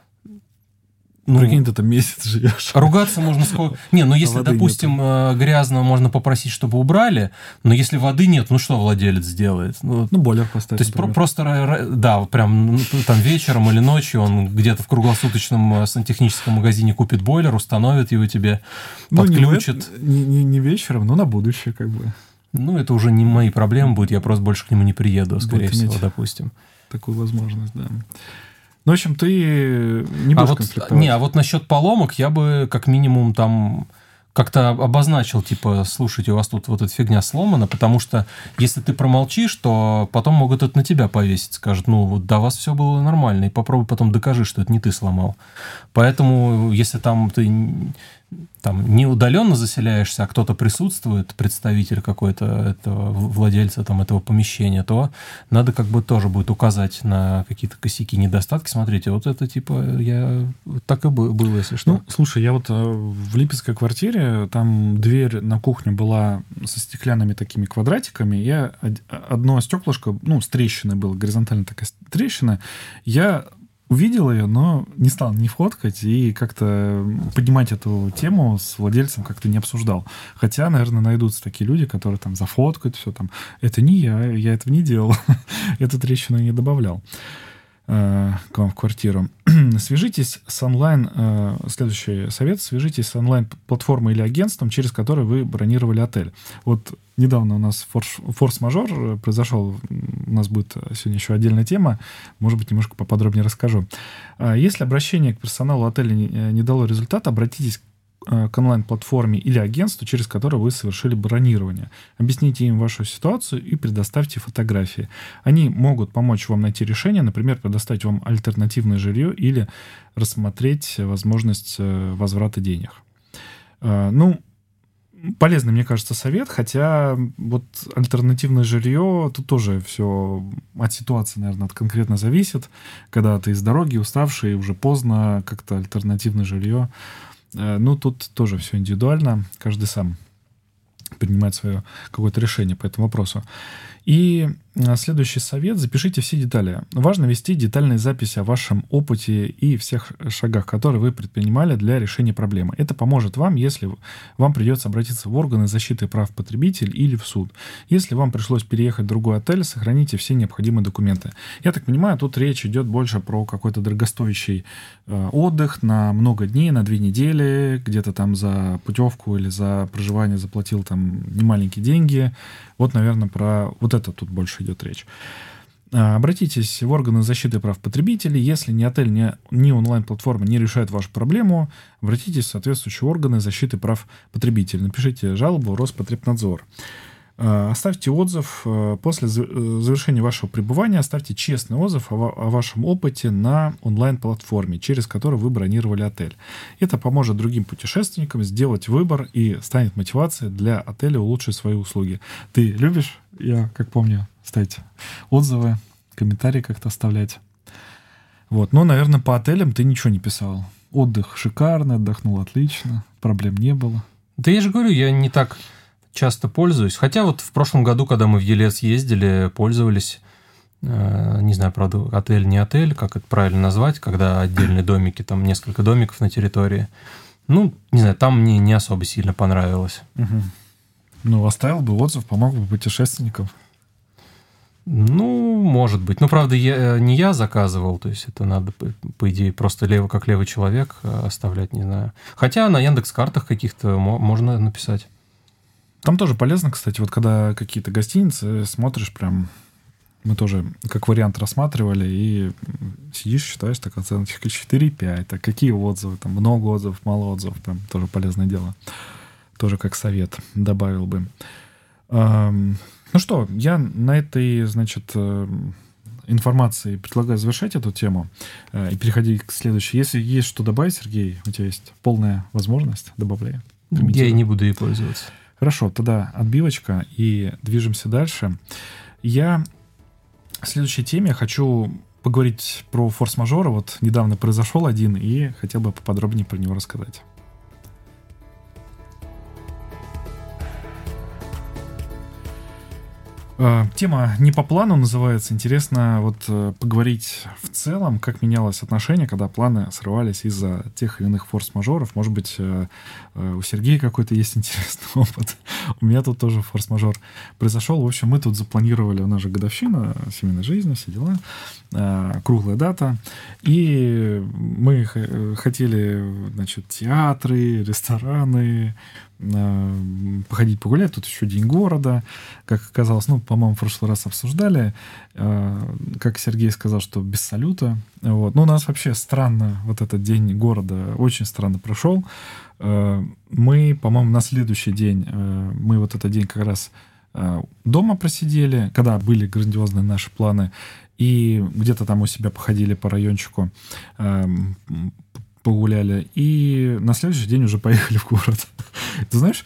S1: Ну, прикинь, ты там месяц живешь.
S2: Ругаться можно сколько... Не, ну, если, допустим, грязно, можно попросить, чтобы убрали, но если воды нет, ну, что владелец сделает? Ну,
S1: бойлер поставить.
S2: То есть просто, да, прям там вечером или ночью он где-то в круглосуточном сантехническом магазине купит бойлер, установит его тебе, подключит.
S1: Не вечером, но на будущее как бы.
S2: Ну, это уже не мои проблемы будут, я просто больше к нему не приеду, скорее всего, допустим.
S1: Такую возможность, да. Ну, в общем, ты не будешь конфликтовать.
S2: А вот насчет поломок я бы как минимум там как-то обозначил, типа, слушайте, у вас тут вот эта фигня сломана, потому что если ты промолчишь, то потом могут это на тебя повесить, скажут, ну, вот до вас все было нормально, и попробуй потом докажи, что это не ты сломал. Поэтому, если там ты там не удаленно заселяешься, а кто-то присутствует, представитель какой-то этого владельца там, этого помещения, то надо как бы тоже будет указать на какие-то косяки, недостатки. Смотрите, вот это типа так и было, если что.
S1: Ну, слушай, я вот в липецкой квартире, там дверь на кухню была со стеклянными такими квадратиками, я одно стеклышко, ну, с трещиной было, горизонтальная такая трещина, я увидел ее, но не стал ни фоткать и как-то поднимать эту тему с владельцем как-то не обсуждал. Хотя, наверное, найдутся такие люди, которые там зафоткают все там. Это не я этого не делал. Эту трещину не добавлял к вам в квартиру. Свяжитесь с онлайн, следующий совет, свяжитесь с онлайн-платформой или агентством, через которое вы бронировали отель. Вот недавно у нас форс-мажор произошел, у нас будет сегодня еще отдельная тема, может быть, немножко поподробнее расскажу. Если обращение к персоналу отеля не дало результата, обратитесь к онлайн-платформе или агентству, через которое вы совершили бронирование. Объясните им вашу ситуацию и предоставьте фотографии. Они могут помочь вам найти решение, например, предоставить вам альтернативное жилье или рассмотреть возможность возврата денег. Ну, полезный, мне кажется, совет, хотя вот альтернативное жилье, тут тоже все от ситуации, наверное, конкретно зависит. Когда ты из дороги уставший, уже поздно, как-то альтернативное жилье. Ну, тут тоже все индивидуально, каждый сам принимает свое какое-то решение по этому вопросу. И следующий совет. Запишите все детали. Важно вести детальные записи о вашем опыте и всех шагах, которые вы предпринимали для решения проблемы. Это поможет вам, если вам придется обратиться в органы защиты прав потребителей или в суд. Если вам пришлось переехать в другой отель, сохраните все необходимые документы. Я так понимаю, тут речь идет больше про какой-то дорогостоящий отдых на много дней, на 2 недели, где-то там за путевку или за проживание заплатил там немаленькие деньги. Вот, наверное, про вот это тут больше идет речь. Обратитесь в органы защиты прав потребителей. Если ни отель, ни онлайн-платформа не решает вашу проблему, обратитесь в соответствующие органы защиты прав потребителей. Напишите жалобу в Роспотребнадзор. Оставьте отзыв после завершения вашего пребывания, оставьте честный отзыв о вашем опыте на онлайн-платформе, через которую вы бронировали отель. Это поможет другим путешественникам сделать выбор и станет мотивацией для отеля улучшить свои услуги. Ты любишь, я как помню, ставить отзывы, комментарии как-то оставлять? Вот. Но, наверное, по отелям ты ничего не писал. Отдых шикарно, отдохнул отлично, проблем не было.
S2: Да я же говорю, я не так часто пользуюсь. Хотя вот в прошлом году, когда мы в Елец ездили, пользовались, не знаю, правда, отель, не отель, как это правильно назвать, когда отдельные домики, там несколько домиков на территории. Ну, не знаю, там мне не особо сильно понравилось.
S1: Угу. Ну, оставил бы отзыв, помог бы путешественникам.
S2: Ну, может быть. Ну, правда, не я заказывал, то есть это надо, по идее, просто как левый человек оставлять, не знаю. Хотя на Яндекс.Картах каких-то можно написать.
S1: Там тоже полезно, кстати, вот когда какие-то гостиницы смотришь прям, мы тоже как вариант рассматривали, и сидишь, считаешь, так оценочка 4,5, так какие отзывы, там много отзывов, мало отзывов, прям тоже полезное дело. Тоже как совет добавил бы. Ну что, я на этой, значит, информацией предлагаю завершать эту тему и переходить к следующей. Если есть что добавить, Сергей, у тебя есть полная возможность, добавляй.
S2: Я и не буду ей пользоваться.
S1: Хорошо, тогда отбивочка и движемся дальше. В следующей теме хочу поговорить про форс-мажоры. Вот недавно произошел один, и хотел бы поподробнее про него рассказать. Тема «Не по плану» называется. Интересно вот поговорить в целом, как менялось отношение, когда планы срывались из-за тех или иных форс-мажоров. Может быть, у Сергея какой-то есть интересный опыт. У меня тут тоже форс-мажор произошел. В общем, мы тут запланировали, у нас же годовщина семейной жизни, все дела, круглая дата. И мы хотели, значит, театры, рестораны, походить погулять. Тут еще День города. Как оказалось, по-моему, в прошлый раз обсуждали, как Сергей сказал, что без салюта. Вот. У нас вообще странно вот этот День города очень странно прошел. Мы, по-моему, на следующий день, мы вот этот день как раз дома просидели, когда были грандиозные наши планы, и где-то там у себя походили по райончику, погуляли, и на следующий день уже поехали в город. Ты знаешь,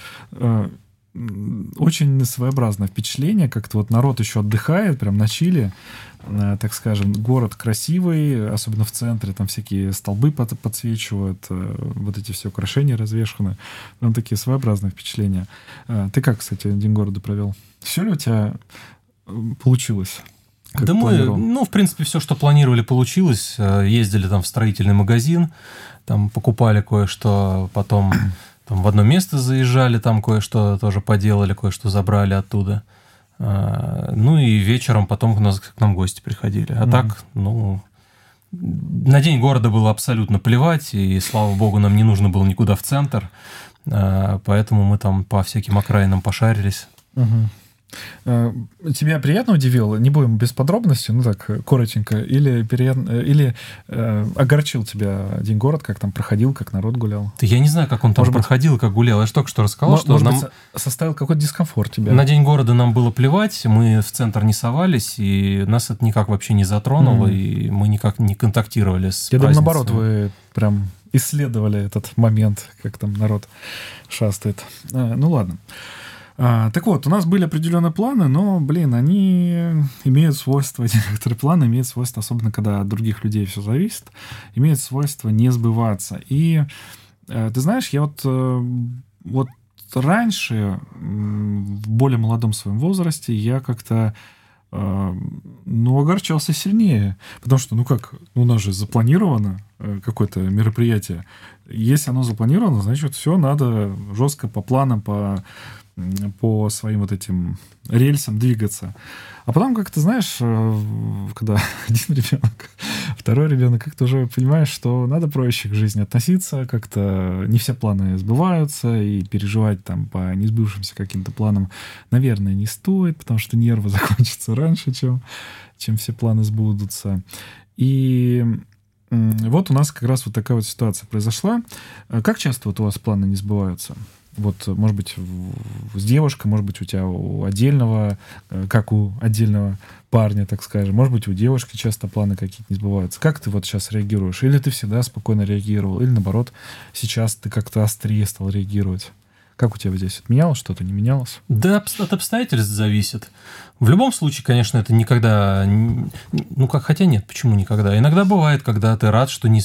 S1: очень своеобразное впечатление, как-то вот народ еще отдыхает, прям на чиле, так скажем, город красивый, особенно в центре, там всякие столбы подсвечивают, вот эти все украшения развешаны, там такие своеобразные впечатления. Ты как, кстати, День города провел? Все ли у тебя получилось?
S2: Да мы, в принципе, все, что планировали, получилось. Ездили там в строительный магазин, там покупали кое-что, потом там в одно место заезжали, там кое-что тоже поделали, кое-что забрали оттуда. И вечером потом к нам гости приходили. А так, на День города было абсолютно плевать, и, слава богу, нам не нужно было никуда в центр, поэтому мы там по всяким окраинам пошарились.
S1: Тебя приятно удивило? Не будем без подробностей, так, коротенько. Или огорчил тебя День города, как там проходил, как народ гулял?
S2: Да я не знаю, как он там проходил, как гулял. Я же только что рассказал, что
S1: может быть, составил какой-то дискомфорт тебя.
S2: На День города нам было плевать, мы в центр не совались, и нас это никак вообще не затронуло, и мы никак не контактировали с
S1: Я думаю, наоборот, вы прям исследовали этот момент, как там народ шастает. Ладно. Так вот, у нас были определенные планы, но, они имеют свойство, некоторые планы имеют свойство, особенно когда от других людей все зависит, имеют свойство не сбываться. И ты знаешь, я вот раньше, в более молодом своем возрасте, я как-то огорчался сильнее, потому что, у нас же запланировано какое-то мероприятие. Если оно запланировано, значит, все надо жестко по планам, по своим вот этим рельсам двигаться. А потом, как ты знаешь, когда один ребенок, второй ребенок, как-то уже понимаешь, что надо проще к жизни относиться, как-то не все планы сбываются, и переживать там по несбывшимся каким-то планам, наверное, не стоит, потому что нервы закончатся раньше, чем все планы сбудутся. И вот у нас как раз вот такая вот ситуация произошла. Как часто вот у вас планы не сбываются? Вот, может быть, с девушкой, может быть, у тебя у отдельного, как у отдельного парня, так скажем. Может быть, у девушки часто планы какие-то не сбываются. Как ты вот сейчас реагируешь? Или ты всегда спокойно реагировал? Или, наоборот, сейчас ты как-то острее стал реагировать? Как у тебя здесь? Менялось что-то, не менялось?
S2: Да, от обстоятельств зависит. В любом случае, конечно, это никогда... хотя нет, почему никогда? Иногда бывает, когда ты рад, что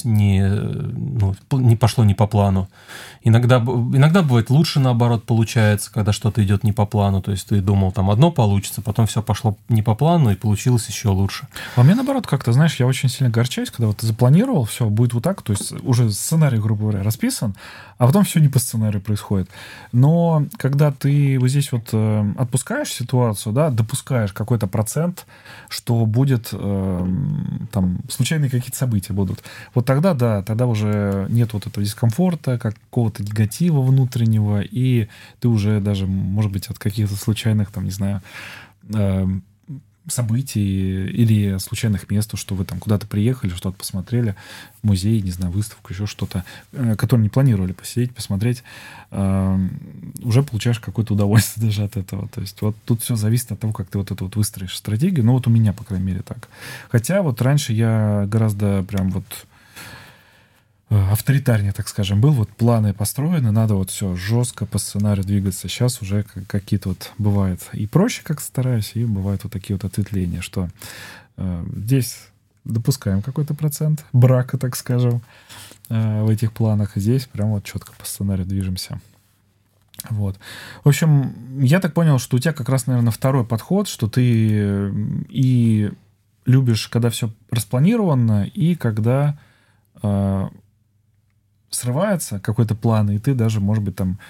S2: не пошло не по плану. Иногда бывает лучше, наоборот, получается, когда что-то идет не по плану. То есть ты думал, там одно получится, потом все пошло не по плану, и получилось еще лучше.
S1: А у меня, наоборот, как-то, знаешь, я очень сильно огорчаюсь, когда вот ты запланировал, все, будет вот так, то есть уже сценарий, грубо говоря, расписан, а потом все не по сценарию происходит. Но когда ты вот здесь вот отпускаешь ситуацию, да, допускаешь какой-то процент, что будет, там, случайные какие-то события будут, вот тогда, да, тогда уже нет вот этого дискомфорта, какого-то негатива внутреннего, и ты уже даже, может быть, от каких-то случайных, там, не знаю, событий или случайных мест, что вы там куда-то приехали, что-то посмотрели, музей, не знаю, выставку, еще что-то, которое не планировали посидеть, посмотреть, уже получаешь какое-то удовольствие даже от этого. То есть вот тут все зависит от того, как ты вот это вот выстроишь стратегию. Ну вот у меня, по крайней мере, так. Хотя вот раньше я гораздо прям вот авторитарнее, так скажем, был. Вот планы построены, надо вот все жестко по сценарию двигаться. Сейчас уже какие-то вот бывает и проще, как стараюсь, и бывают вот такие вот ответвления, что здесь допускаем какой-то процент брака, так скажем, в этих планах. И здесь прям вот четко по сценарию движемся. Вот. В общем, я так понял, что у тебя как раз, наверное, второй подход, что ты и любишь, когда все распланировано, и когда срывается какой-то план, и ты даже, может быть, там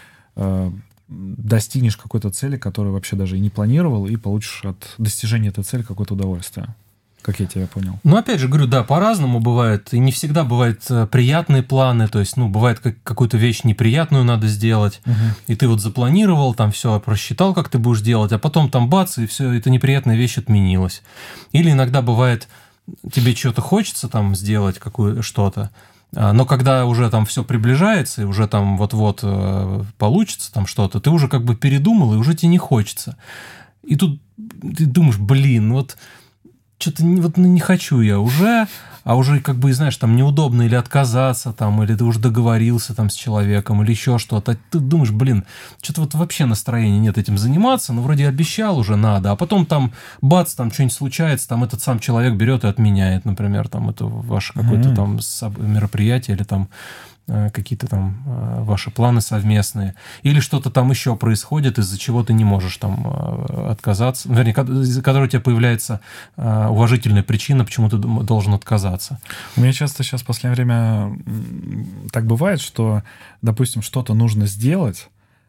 S1: достигнешь какой-то цели, которую вообще даже и не планировал, и получишь от достижения этой цели какое-то удовольствие. Как я тебя понял.
S2: Ну, опять же, говорю, да, по-разному бывает. И не всегда бывают приятные планы. То есть, бывает, какую-то вещь неприятную надо сделать. И ты вот запланировал, там все просчитал, как ты будешь делать, а потом там бац, и все, эта неприятная вещь отменилась. Или иногда бывает, тебе что-то хочется там сделать, что-то, но когда уже там все приближается, и уже там вот-вот получится там что-то, ты уже как бы передумал, и уже тебе не хочется. И тут ты думаешь, вот что-то вот не хочу я уже, а уже как бы, знаешь, там неудобно или отказаться, там, или ты уже договорился там с человеком, или еще что-то. Ты думаешь, что-то вот вообще настроения нет этим заниматься, но вроде обещал уже надо, а потом там бац, там что-нибудь случается, там этот сам человек берет и отменяет, например, там это ваше какое-то там мероприятие или там какие-то там ваши планы совместные, или что-то там еще происходит, из-за чего ты не можешь там отказаться, вернее, из-за которой у тебя появляется уважительная причина, почему ты должен отказаться.
S1: У меня часто сейчас в последнее время так бывает, что, допустим, что-то нужно сделать,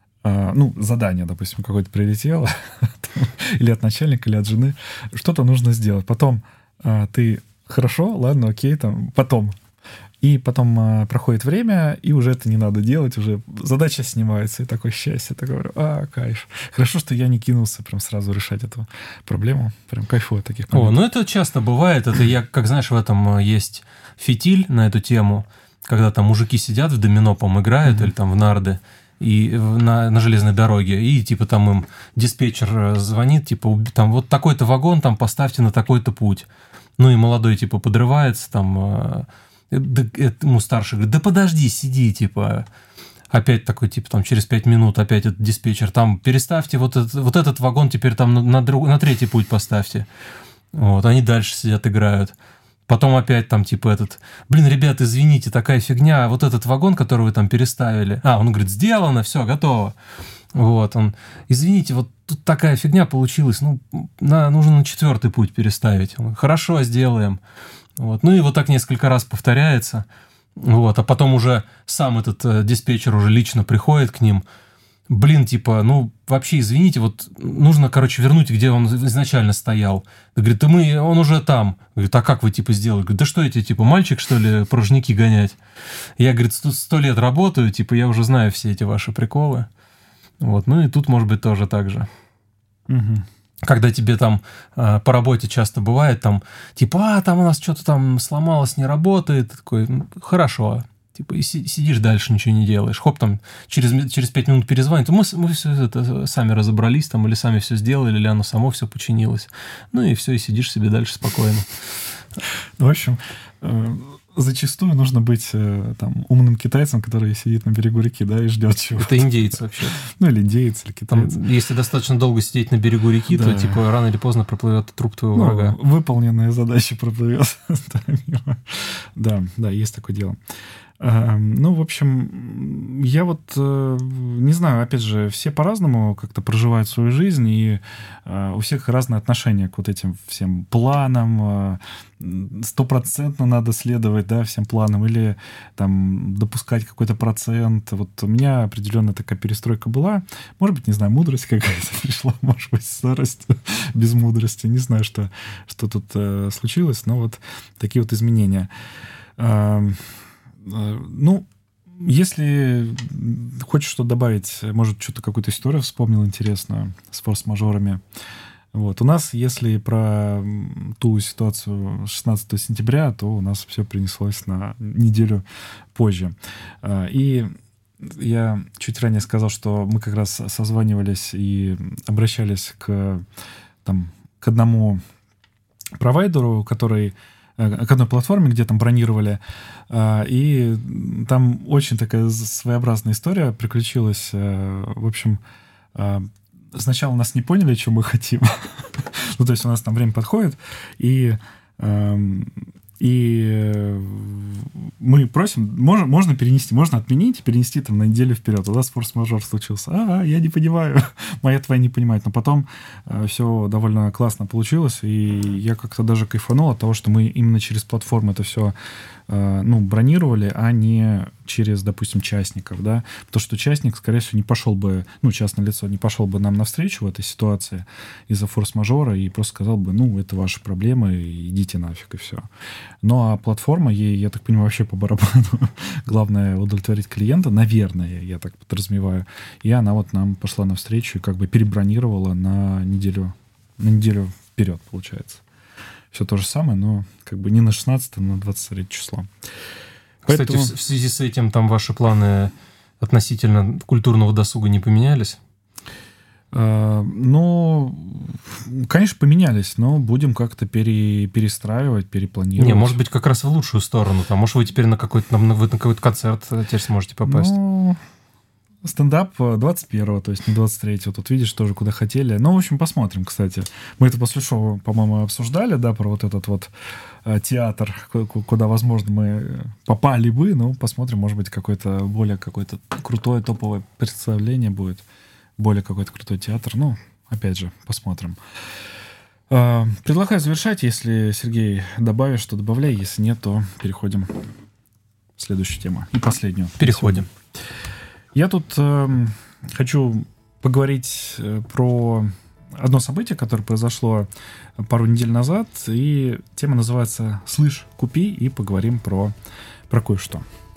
S1: задание, допустим, какое-то прилетело, или от начальника, или от жены, что-то нужно сделать. Потом ты, хорошо, ладно, окей, там, потом. И потом проходит время, и уже это не надо делать, уже задача снимается, и такое счастье, так говорю, кайф. Хорошо, что я не кинулся прям сразу решать эту проблему, прям кайфую от таких моментов.
S2: Это часто бывает, это я, как знаешь, в этом есть фитиль на эту тему, когда там мужики сидят в домино, по-моему, играют, или там в нарды, и на железной дороге, и типа там им диспетчер звонит, типа там вот такой-то вагон, там поставьте на такой-то путь. И молодой типа подрывается, там... ему старший говорит, да подожди, сиди, типа, опять такой, типа, там, через 5 минут опять этот диспетчер, там, переставьте вот этот вагон, теперь там на третий путь поставьте. Вот, они дальше сидят, играют. Потом опять там, типа, ребят, извините, такая фигня, вот этот вагон, который вы там переставили, он говорит, сделано, все, готово. Вот, извините, вот тут такая фигня получилась, нужно на 4-й путь переставить. Он, хорошо, сделаем. Вот. И вот так несколько раз повторяется. Вот. А потом уже сам этот диспетчер уже лично приходит к ним. Вообще, извините, вот нужно, вернуть, где он изначально стоял. Говорит, он уже там. Говорит, а как вы, сделали? Говорит, да что эти, мальчик, что ли, порожники гонять? Я, говорит, 100 лет работаю, я уже знаю все эти ваши приколы. Вот. И тут, может быть, тоже так же.
S1: Угу.
S2: Когда тебе там по работе часто бывает, там, там у нас что-то там сломалось, не работает, ты такой, хорошо, и сидишь дальше, ничего не делаешь. Хоп, там, через 5 минут перезвонит, мы все это сами разобрались, там, или сами все сделали, или оно само все починилось. И все, и сидишь себе дальше спокойно.
S1: В общем, зачастую нужно быть там умным китайцем, который сидит на берегу реки, да, и ждет чего-то.
S2: Это индейцы вообще.
S1: Или индейцы, или китайцы.
S2: Если достаточно долго сидеть на берегу реки, то рано или поздно проплывет труп твоего врага.
S1: Выполненная задача проплывет. Да, есть такое дело. В общем, я вот не знаю, опять же, все по-разному как-то проживают свою жизнь, и у всех разное отношение к вот этим всем планам. 100% надо следовать, да, всем планам, или там допускать какой-то процент. Вот у меня определенная такая перестройка была. Может быть, не знаю, мудрость какая-то пришла, может быть, старость без мудрости. Не знаю, что тут случилось, но вот такие вот изменения. Если хочешь что-то добавить, может, что-то какую-то историю вспомнил интересную с форс-мажорами, Вот. У нас, если про ту ситуацию 16 сентября, то у нас все принеслось на неделю позже. И я чуть ранее сказал, что мы как раз созванивались и обращались к одному провайдеру, который к одной платформе, где там бронировали, и там очень такая своеобразная история приключилась. В общем, сначала нас не поняли, что мы хотим. Ну, то есть у нас там время подходит, и мы просим, можно перенести, можно отменить и перенести там на неделю вперед. У нас форс-мажор случился. Я не понимаю. Моя твоя не понимает. Но потом все довольно классно получилось, и я как-то даже кайфанул от того, что мы именно через платформу это все бронировали, а не через, допустим, частников, да, потому что частник, скорее всего, не пошел бы, частное лицо не пошел бы нам навстречу в этой ситуации из-за форс-мажора и просто сказал бы, это ваши проблемы, идите нафиг, и все. Ну, а платформа, ей, я так понимаю, вообще по барабану. Главное удовлетворить клиента, наверное, я так подразумеваю. И она вот нам пошла навстречу и как бы перебронировала на неделю вперед, получается. Все то же самое, но как бы не на 16, а на 23 число.
S2: Кстати, в связи с этим там ваши планы относительно культурного досуга не поменялись?
S1: Конечно, поменялись, но будем как-то перестраивать, перепланировать.
S2: Не, может быть, как раз в лучшую сторону. Там, может, вы теперь на какой-то концерт теперь сможете попасть?
S1: Стендап 21-го, то есть не 23-го. Тут видишь тоже, куда хотели. В общем, посмотрим, кстати. Мы это после шоу, по-моему, обсуждали, да, про вот этот вот театр, куда, возможно, мы попали бы. Посмотрим, может быть, какое-то крутое топовое представление будет. Более какой-то крутой театр. Опять же, посмотрим. Предлагаю завершать. Если, Сергей, добавишь, что добавляй. Если нет, то переходим в следующую тему. И последнюю.
S2: Переходим.
S1: Я тут хочу поговорить про одно событие, которое произошло пару недель назад, и тема называется «Слышь, купи», и поговорим про кое-что.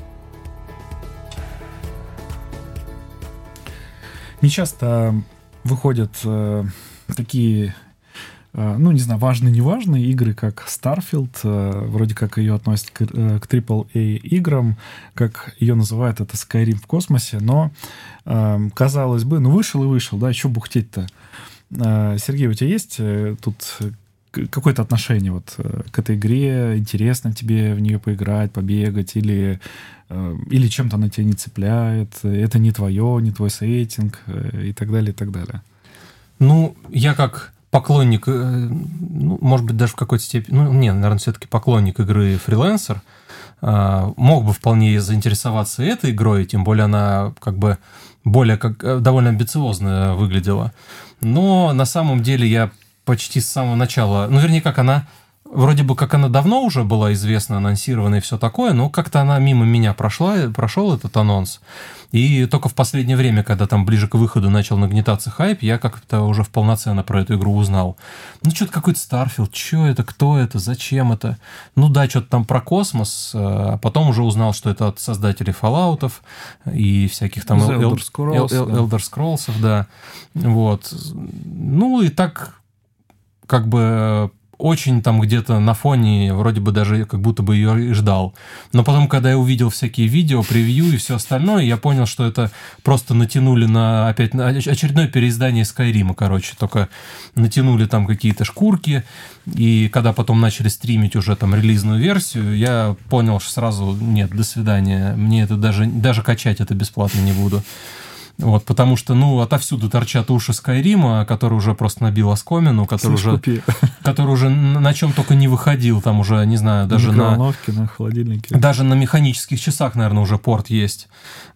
S1: Не часто выходят такие, не знаю, важные-неважные игры, как Starfield, вроде как ее относят к AAA играм, как ее называют, это Skyrim в космосе, но, казалось бы, вышел и вышел, да, что бухтеть-то? Сергей, у тебя есть тут какое-то отношение вот к этой игре? Интересно тебе в нее поиграть, побегать, или чем-то она тебя не цепляет, это не твое, не твой сеттинг, и так далее, и так далее?
S2: Я как поклонник, может быть, даже в какой-то степени, наверное, все-таки поклонник игры фрилансер, мог бы вполне заинтересоваться этой игрой, тем более она как бы довольно амбициозно выглядела. Но на самом деле я почти с самого начала, вроде бы как она давно уже была известна, анонсирована и все такое, но как-то она мимо меня прошел этот анонс. И только в последнее время, когда там ближе к выходу начал нагнетаться хайп, я как-то уже полноценно про эту игру узнал. Что-то какой-то Starfield, что это, кто это, зачем это? Что-то там про космос, а потом уже узнал, что это от создателей Fallout'ов и всяких там
S1: Elder
S2: Scrolls'ов, да. Вот. И так как бы очень там где-то на фоне, вроде бы даже как будто бы ее и ждал. Но потом, когда я увидел всякие видео, превью и все остальное, я понял, что это просто натянули опять на очередное переиздание Скайрима, только натянули там какие-то шкурки, и когда потом начали стримить уже там релизную версию, я понял, что сразу нет, до свидания, мне это даже качать это бесплатно не буду. Вот, потому что, отовсюду торчат уши Скайрима, который уже просто набил оскомину, который уже на чем только не выходил, там уже, не знаю, даже
S1: на холодильнике.
S2: Даже на механических часах, наверное, уже порт есть.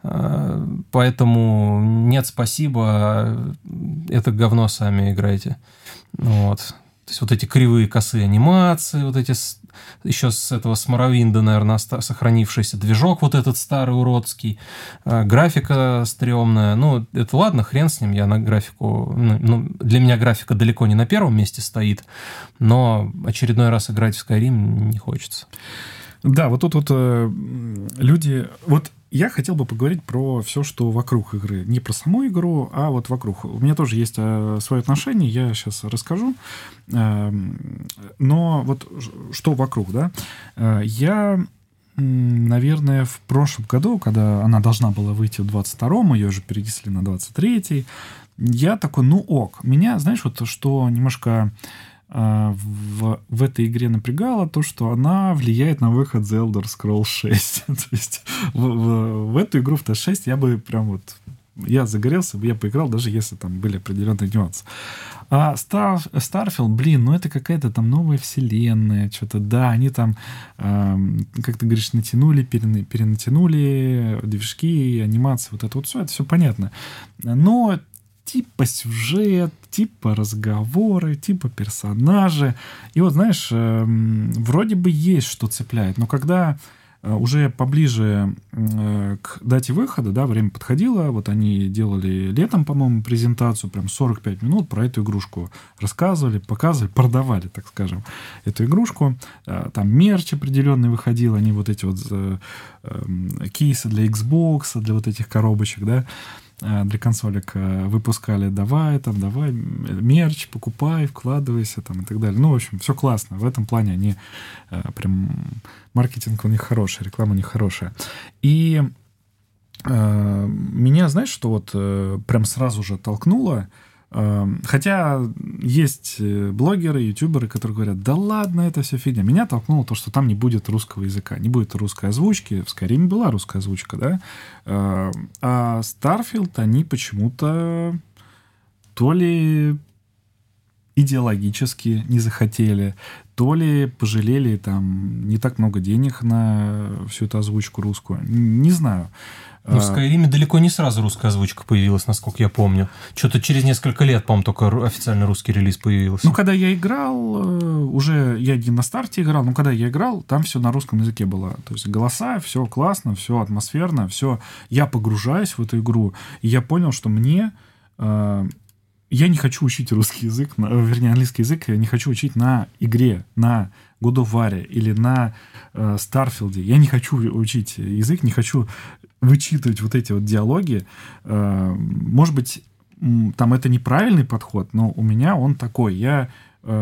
S2: Поэтому нет, спасибо, это говно сами играйте. Вот. То есть вот эти кривые косые анимации, вот эти еще с этого с Моровинда, наверное, сохранившийся движок вот этот старый уродский, графика стрёмная. Это ладно, хрен с ним, я на графику... для меня графика далеко не на первом месте стоит, но очередной раз играть в Skyrim не хочется.
S1: Да, вот тут вот люди... Вот я хотел бы поговорить про все, что вокруг игры. Не про саму игру, а вот вокруг. У меня тоже есть свое отношение, я сейчас расскажу. Но вот что вокруг, да? Я, наверное, в прошлом году, когда она должна была выйти в 22-м, ее же перенесли на 23-й, я такой, ну ок. Меня, знаешь, вот что немножко... в этой игре напрягало то, что она влияет на выход The Elder Scrolls 6. То есть в эту игру, в TS6, я бы прям вот... Я загорелся, я поиграл, даже если там были определенные нюансы. А Starfield, блин, ну это какая-то там новая вселенная, что-то, да, они там, как ты говоришь, натянули, перенатянули движки, анимации, вот это все понятно. Но типа сюжет, типа разговоры, типа персонажи. И вот, знаешь, вроде бы есть что цепляет, но когда уже поближе к дате выхода, да, время подходило, вот они делали летом, по-моему, презентацию, прям 45 минут про эту игрушку рассказывали, показывали, продавали, так скажем, эту игрушку. Там мерч определенный выходил, они вот эти вот кейсы для Xbox, для вот этих коробочек, да, для консолек выпускали, давай, мерч, покупай, вкладывайся, там, и так далее. Ну, в общем, все классно. В этом плане они прям... Маркетинг у них хороший, реклама у них хорошая. И меня, знаешь, что вот прям сразу же толкнуло? Хотя есть блогеры, ютуберы, которые говорят, да ладно, это все фигня. Меня толкнуло то, что там не будет русского языка, не будет русской озвучки. В Skyrim была русская озвучка, да? А Starfield они почему-то то ли идеологически не захотели, то ли пожалели там не так много денег на всю эту озвучку русскую. Не знаю.
S2: Ну, в Skyrim далеко не сразу русская озвучка появилась, насколько я помню. Что-то через несколько лет, по-моему, только официально русский релиз появился.
S1: Ну, когда я играл, уже я не на старте играл, но когда я играл, там все на русском языке было. То есть голоса, все классно, все атмосферно, все. Я погружаюсь в эту игру, и я понял, что мне... Я не хочу учить русский язык, вернее, английский язык, я не хочу учить на игре, на God of War или на Starfield. Я не хочу учить язык, не хочу вычитывать вот эти вот диалоги. Может быть, там это неправильный подход, но у меня он такой. Я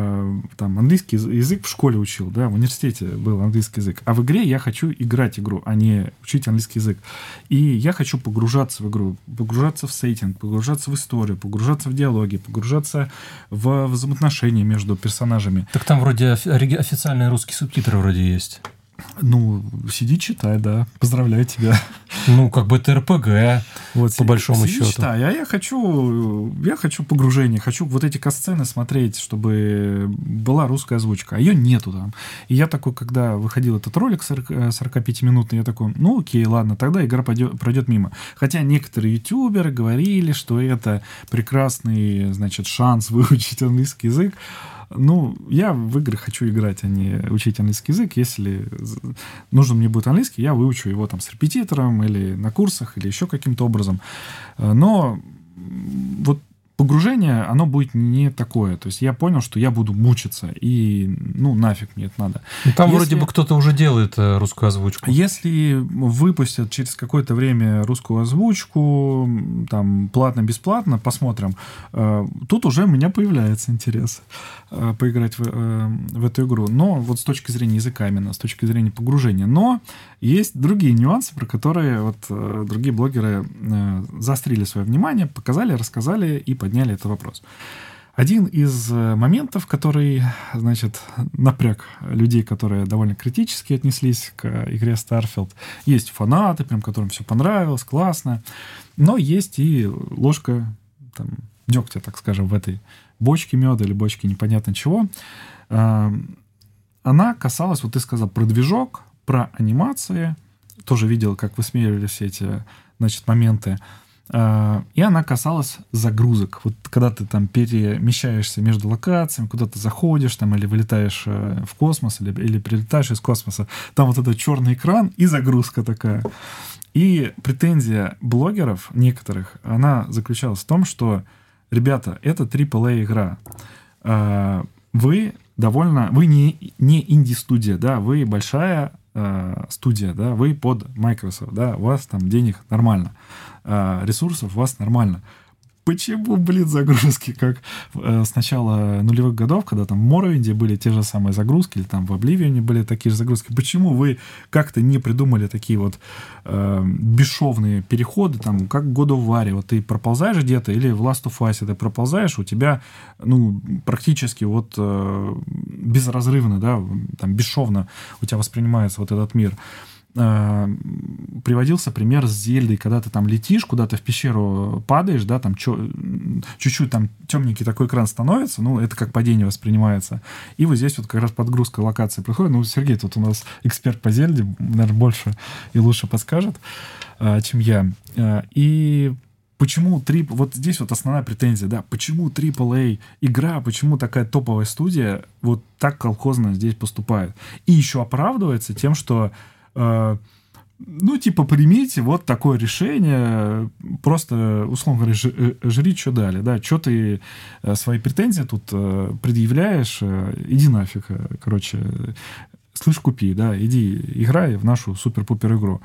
S1: там английский язык в школе учил, да, в университете был английский язык, а в игре я хочу играть игру, а не учить английский язык. И я хочу погружаться в игру, погружаться в сеттинг, погружаться в историю, погружаться в диалоги, погружаться в взаимоотношения между персонажами.
S2: Так там вроде официальные русские субтитры вроде есть.
S1: Ну, сиди, читай, да. Поздравляю тебя.
S2: Ну, как бы это РПГ, вот, по большому
S1: сиди,
S2: счету.
S1: Читай. А я хочу погружение, хочу вот эти катсцены смотреть, чтобы была русская озвучка. А ее нету там. И я такой, когда выходил этот ролик 45-минутный, я такой, ну, окей, ладно, тогда игра пройдет мимо. Хотя некоторые ютуберы говорили, что это прекрасный, значит, шанс выучить английский язык. Ну, я в игры хочу играть, а не учить английский язык. Если нужен мне будет английский, я выучу его там с репетитором или на курсах, или еще каким-то образом. Но вот погружение, оно будет не такое. То есть я понял, что я буду мучиться, и ну нафиг мне это надо.
S2: Ну, там вроде бы кто-то уже делает русскую озвучку.
S1: Если выпустят через какое-то время русскую озвучку, там, платно-бесплатно, посмотрим. Тут уже у меня появляется интерес поиграть в эту игру. Но вот с точки зрения языка именно, с точки зрения погружения. Но есть другие нюансы, про которые вот другие блогеры заострили свое внимание, показали, рассказали и подняли этот вопрос. Один из моментов, который, значит, напряг людей, которые довольно критически отнеслись к игре Starfield. Есть фанаты, прям которым все понравилось, классно. Но есть и ложка там, дегтя, так скажем, в этой бочке меда или бочке непонятно чего. Она касалась, вот ты сказал, про движок, про анимации. Тоже видел, как высмеивали все эти, значит, моменты. И она касалась загрузок. Вот когда ты там перемещаешься между локациями, куда ты заходишь там, или вылетаешь в космос, или прилетаешь из космоса, там вот этот черный экран и загрузка такая. И претензия блогеров некоторых, она заключалась в том, что, ребята, это AAA игра. Вы не инди-студия, да, вы большая студия, да, вы под Microsoft, да, у вас там денег нормально, ресурсов у вас нормально. Почему, загрузки, как с начала нулевых годов, когда там в Morrowind были те же самые загрузки, или там в Oblivion были такие же загрузки, почему вы как-то не придумали такие вот бесшовные переходы, там, как в God of War, вот ты проползаешь где-то, или в Last of Us ты проползаешь, у тебя, практически вот безразрывно, да, там, бесшовно у тебя воспринимается вот этот мир. Приводился пример с Зельдой, когда ты там летишь, куда-то в пещеру падаешь, да, там чуть-чуть там темненький такой экран становится, это как падение воспринимается. И вот здесь вот как раз подгрузка локации происходит. Сергей тут у нас эксперт по Зельде, наверное, больше и лучше подскажет, чем я. И почему вот здесь вот основная претензия, да, почему AAA игра, почему такая топовая студия вот так колхозно здесь поступает? И еще оправдывается тем, что примите вот такое решение, просто, условно говоря, жри, что дали, да, что ты свои претензии тут предъявляешь, иди нафиг, короче, слышь, купи, да, иди играй в нашу супер-пупер игру.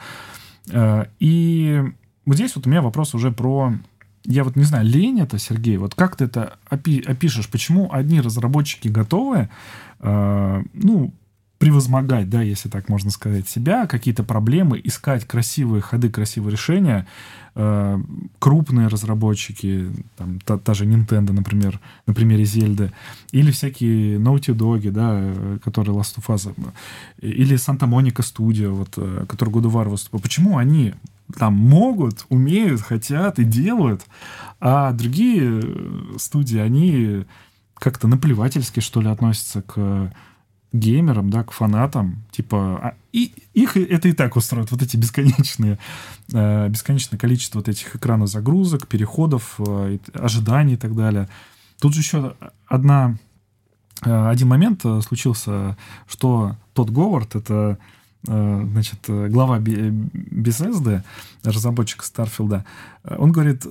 S1: И вот здесь вот у меня вопрос уже про, я вот не знаю, лень это, Сергей, вот как ты это опишешь, почему одни разработчики готовы, превозмогать, да, если так можно сказать, себя, какие-то проблемы, искать красивые ходы, красивые решения. Крупные разработчики, там, та же Nintendo, например, на примере Зельды, или всякие Naughty Dog, да, которые Last of Us, или Santa Monica Studio, вот, который God of War выступил. Почему они там могут, умеют, хотят и делают, а другие студии, они как-то наплевательски, что ли, относятся к геймерам, да, к фанатам, и их это и так устроит, вот эти бесконечное количество вот этих экранов загрузок, переходов, ожиданий и так далее. Тут же еще один момент случился, что Тодд Говард, это, глава Bethesda, разработчик Старфилда, он говорит,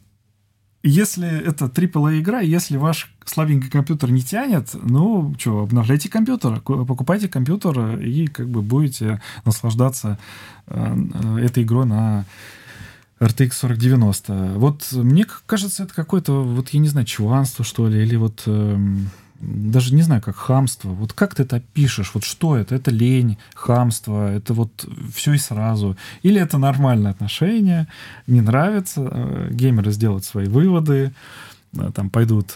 S1: если это AAA игра, если ваш слабенький компьютер не тянет, обновляйте компьютер, покупайте компьютер и будете наслаждаться этой игрой на RTX 4090. Вот мне кажется, это какое-то, я не знаю, чванство, что ли, или даже не знаю, как хамство. Вот как ты это опишешь? Вот что это? Это лень, хамство, это вот все и сразу. Или это нормальное отношение, не нравится, геймеры сделают свои выводы, там пойдут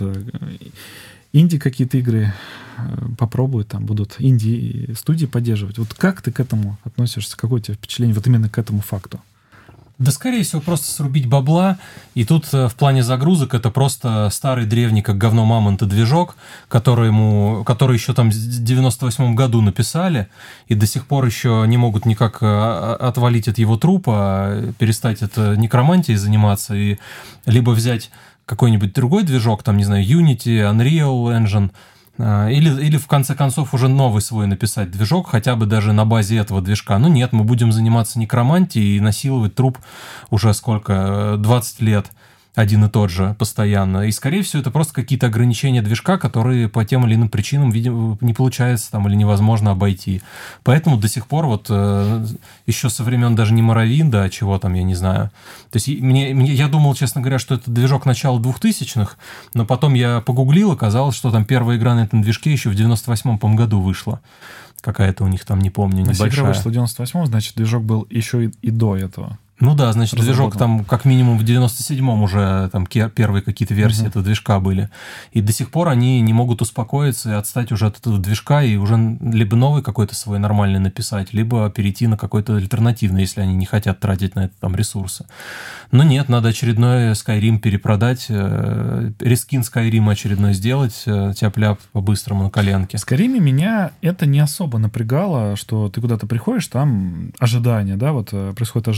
S1: инди какие-то игры, попробуют, там будут инди-студии поддерживать. Вот как ты к этому относишься? Какое у тебя впечатление вот именно к этому факту?
S2: Да, скорее всего, просто срубить бабла. И тут в плане загрузок это просто старый древний, как говно мамонта, движок, который еще там в 98-м году написали, и до сих пор еще не могут никак отвалить от его трупа, перестать это некромантией заниматься, и либо взять какой-нибудь другой движок, там, не знаю, Unity, Unreal Engine, или в конце концов уже новый свой написать движок, хотя бы даже на базе этого движка. Нет, мы будем заниматься некромантией и насиловать труп уже 20 лет один и тот же постоянно. И, скорее всего, это просто какие-то ограничения движка, которые по тем или иным причинам, видимо, не получается там или невозможно обойти. Поэтому до сих пор еще со времен даже не Моровинда, а чего там, я не знаю. То есть я думал, честно говоря, что это движок начала 2000-х, но потом я погуглил, оказалось, что там первая игра на этом движке еще в 98-м году вышла. Какая-то у них там, не помню, небольшая.
S1: Если игра вышла в 98-м, значит, движок был еще и до этого.
S2: Да, значит, движок там как минимум в 97-м уже там первые какие-то версии этого движка были. И до сих пор они не могут успокоиться и отстать уже от этого движка и уже либо новый какой-то свой нормальный написать, либо перейти на какой-то альтернативный, если они не хотят тратить на это там ресурсы. Но нет, надо очередной Skyrim перепродать, рескин Skyrim очередной сделать, тяп-ляп по-быстрому на коленке.
S1: В Skyrim меня это не особо напрягало, что ты куда-то приходишь, там ожидание, да, вот происходит ожидание.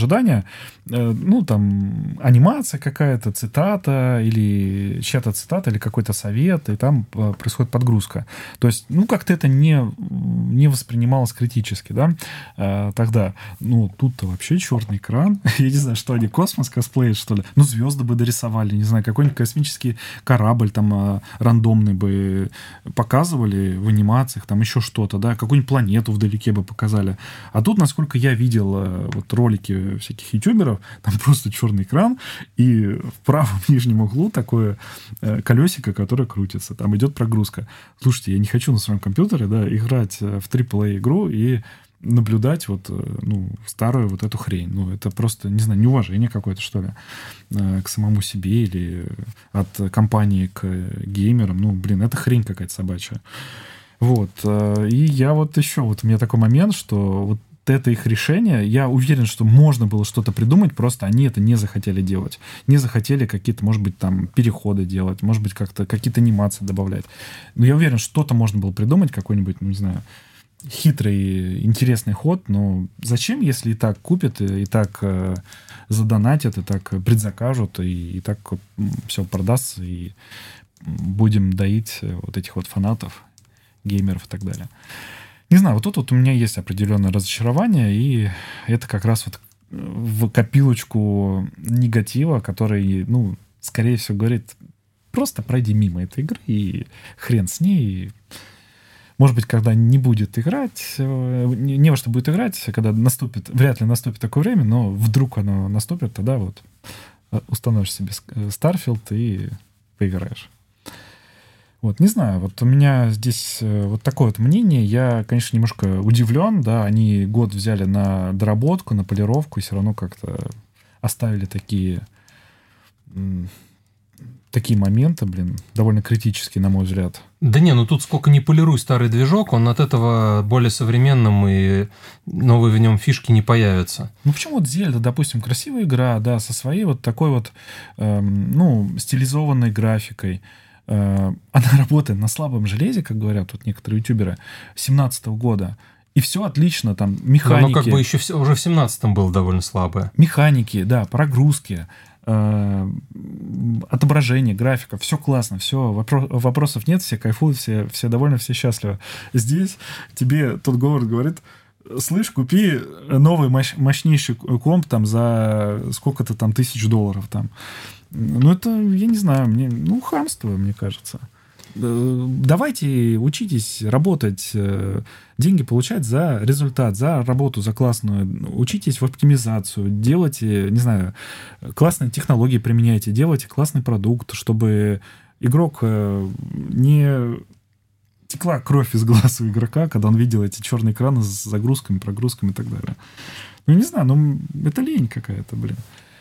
S1: ну, там, анимация какая-то, цитата, или чья-то цитата, или какой-то совет, и там происходит подгрузка. То есть, ну, как-то это не воспринималось критически, да, тогда. Ну, тут-то вообще черный экран. Я не знаю, что они, космос косплеят, что ли? Ну, звезды бы дорисовали, не знаю, какой-нибудь космический корабль там рандомный бы показывали в анимациях, там еще что-то, да, какую-нибудь планету вдалеке бы показали. А тут, насколько я видел вот ролики всяких ютуберов, там просто черный экран, и в правом нижнем углу такое колесико, которое крутится. Там идет прогрузка. Слушайте, я не хочу на своем компьютере, да, играть в AAA игру и наблюдать вот, ну, старую вот эту хрень. Ну, это просто, не знаю, неуважение какое-то, что ли, к самому себе или от компании к геймерам. Ну, блин, это хрень какая-то собачья. Вот. И я вот еще, вот у меня такой момент, что вот это их решение, я уверен, что можно было что-то придумать, просто они это не захотели делать. Не захотели какие-то, может быть, там, переходы делать, может быть, как-то какие-то анимации добавлять. Но я уверен, что-то можно было придумать, какой-нибудь, ну, не знаю, хитрый, интересный ход, но зачем, если и так купят, и так задонатят, и так предзакажут, и так все продастся, и будем доить вот этих вот фанатов, геймеров и так далее. Не знаю, вот тут вот у меня есть определенное разочарование, и это как раз вот в копилочку негатива, который, ну, скорее всего, говорит, просто пройди мимо этой игры, и хрен с ней. Может быть, когда не будет играть, не во что будет играть, когда наступит, вряд ли наступит такое время, но вдруг оно наступит, тогда вот установишь себе Starfield и поиграешь. Вот, не знаю, вот у меня здесь вот такое вот мнение. Я, конечно, немножко удивлен, да, они год взяли на доработку, на полировку, и все равно как-то оставили такие моменты, блин, довольно критические, на мой взгляд.
S2: Да не, ну тут сколько не полируй старый движок, он от этого более современным, и новые в нем фишки не появятся.
S1: Ну почему вот Зельда, допустим, красивая игра, да, со своей вот такой вот, ну, стилизованной графикой, она работает на слабом железе, как говорят тут некоторые ютуберы, 17-го года. И все отлично, там, механики.
S2: Ну, как бы еще уже в 17-м было довольно слабое.
S1: Механики, да, прогрузки, отображение, графика, все классно, все, вопросов нет, все кайфуют, все довольны, все счастливы. Здесь тебе тот Говард говорит: слышь, купи новый мощнейший комп там за сколько-то там $1000 там. Ну, это, я не знаю, ну, хамство, мне кажется. Давайте учитесь работать, деньги получать за результат, за работу, за классную. Учитесь в оптимизацию, делайте, не знаю, классные технологии применяйте, делайте классный продукт, чтобы игрок не текла кровь из глаз у игрока, когда он видел эти черные экраны с загрузками, прогрузками и так далее. Ну, не знаю, ну, это лень какая-то, блин.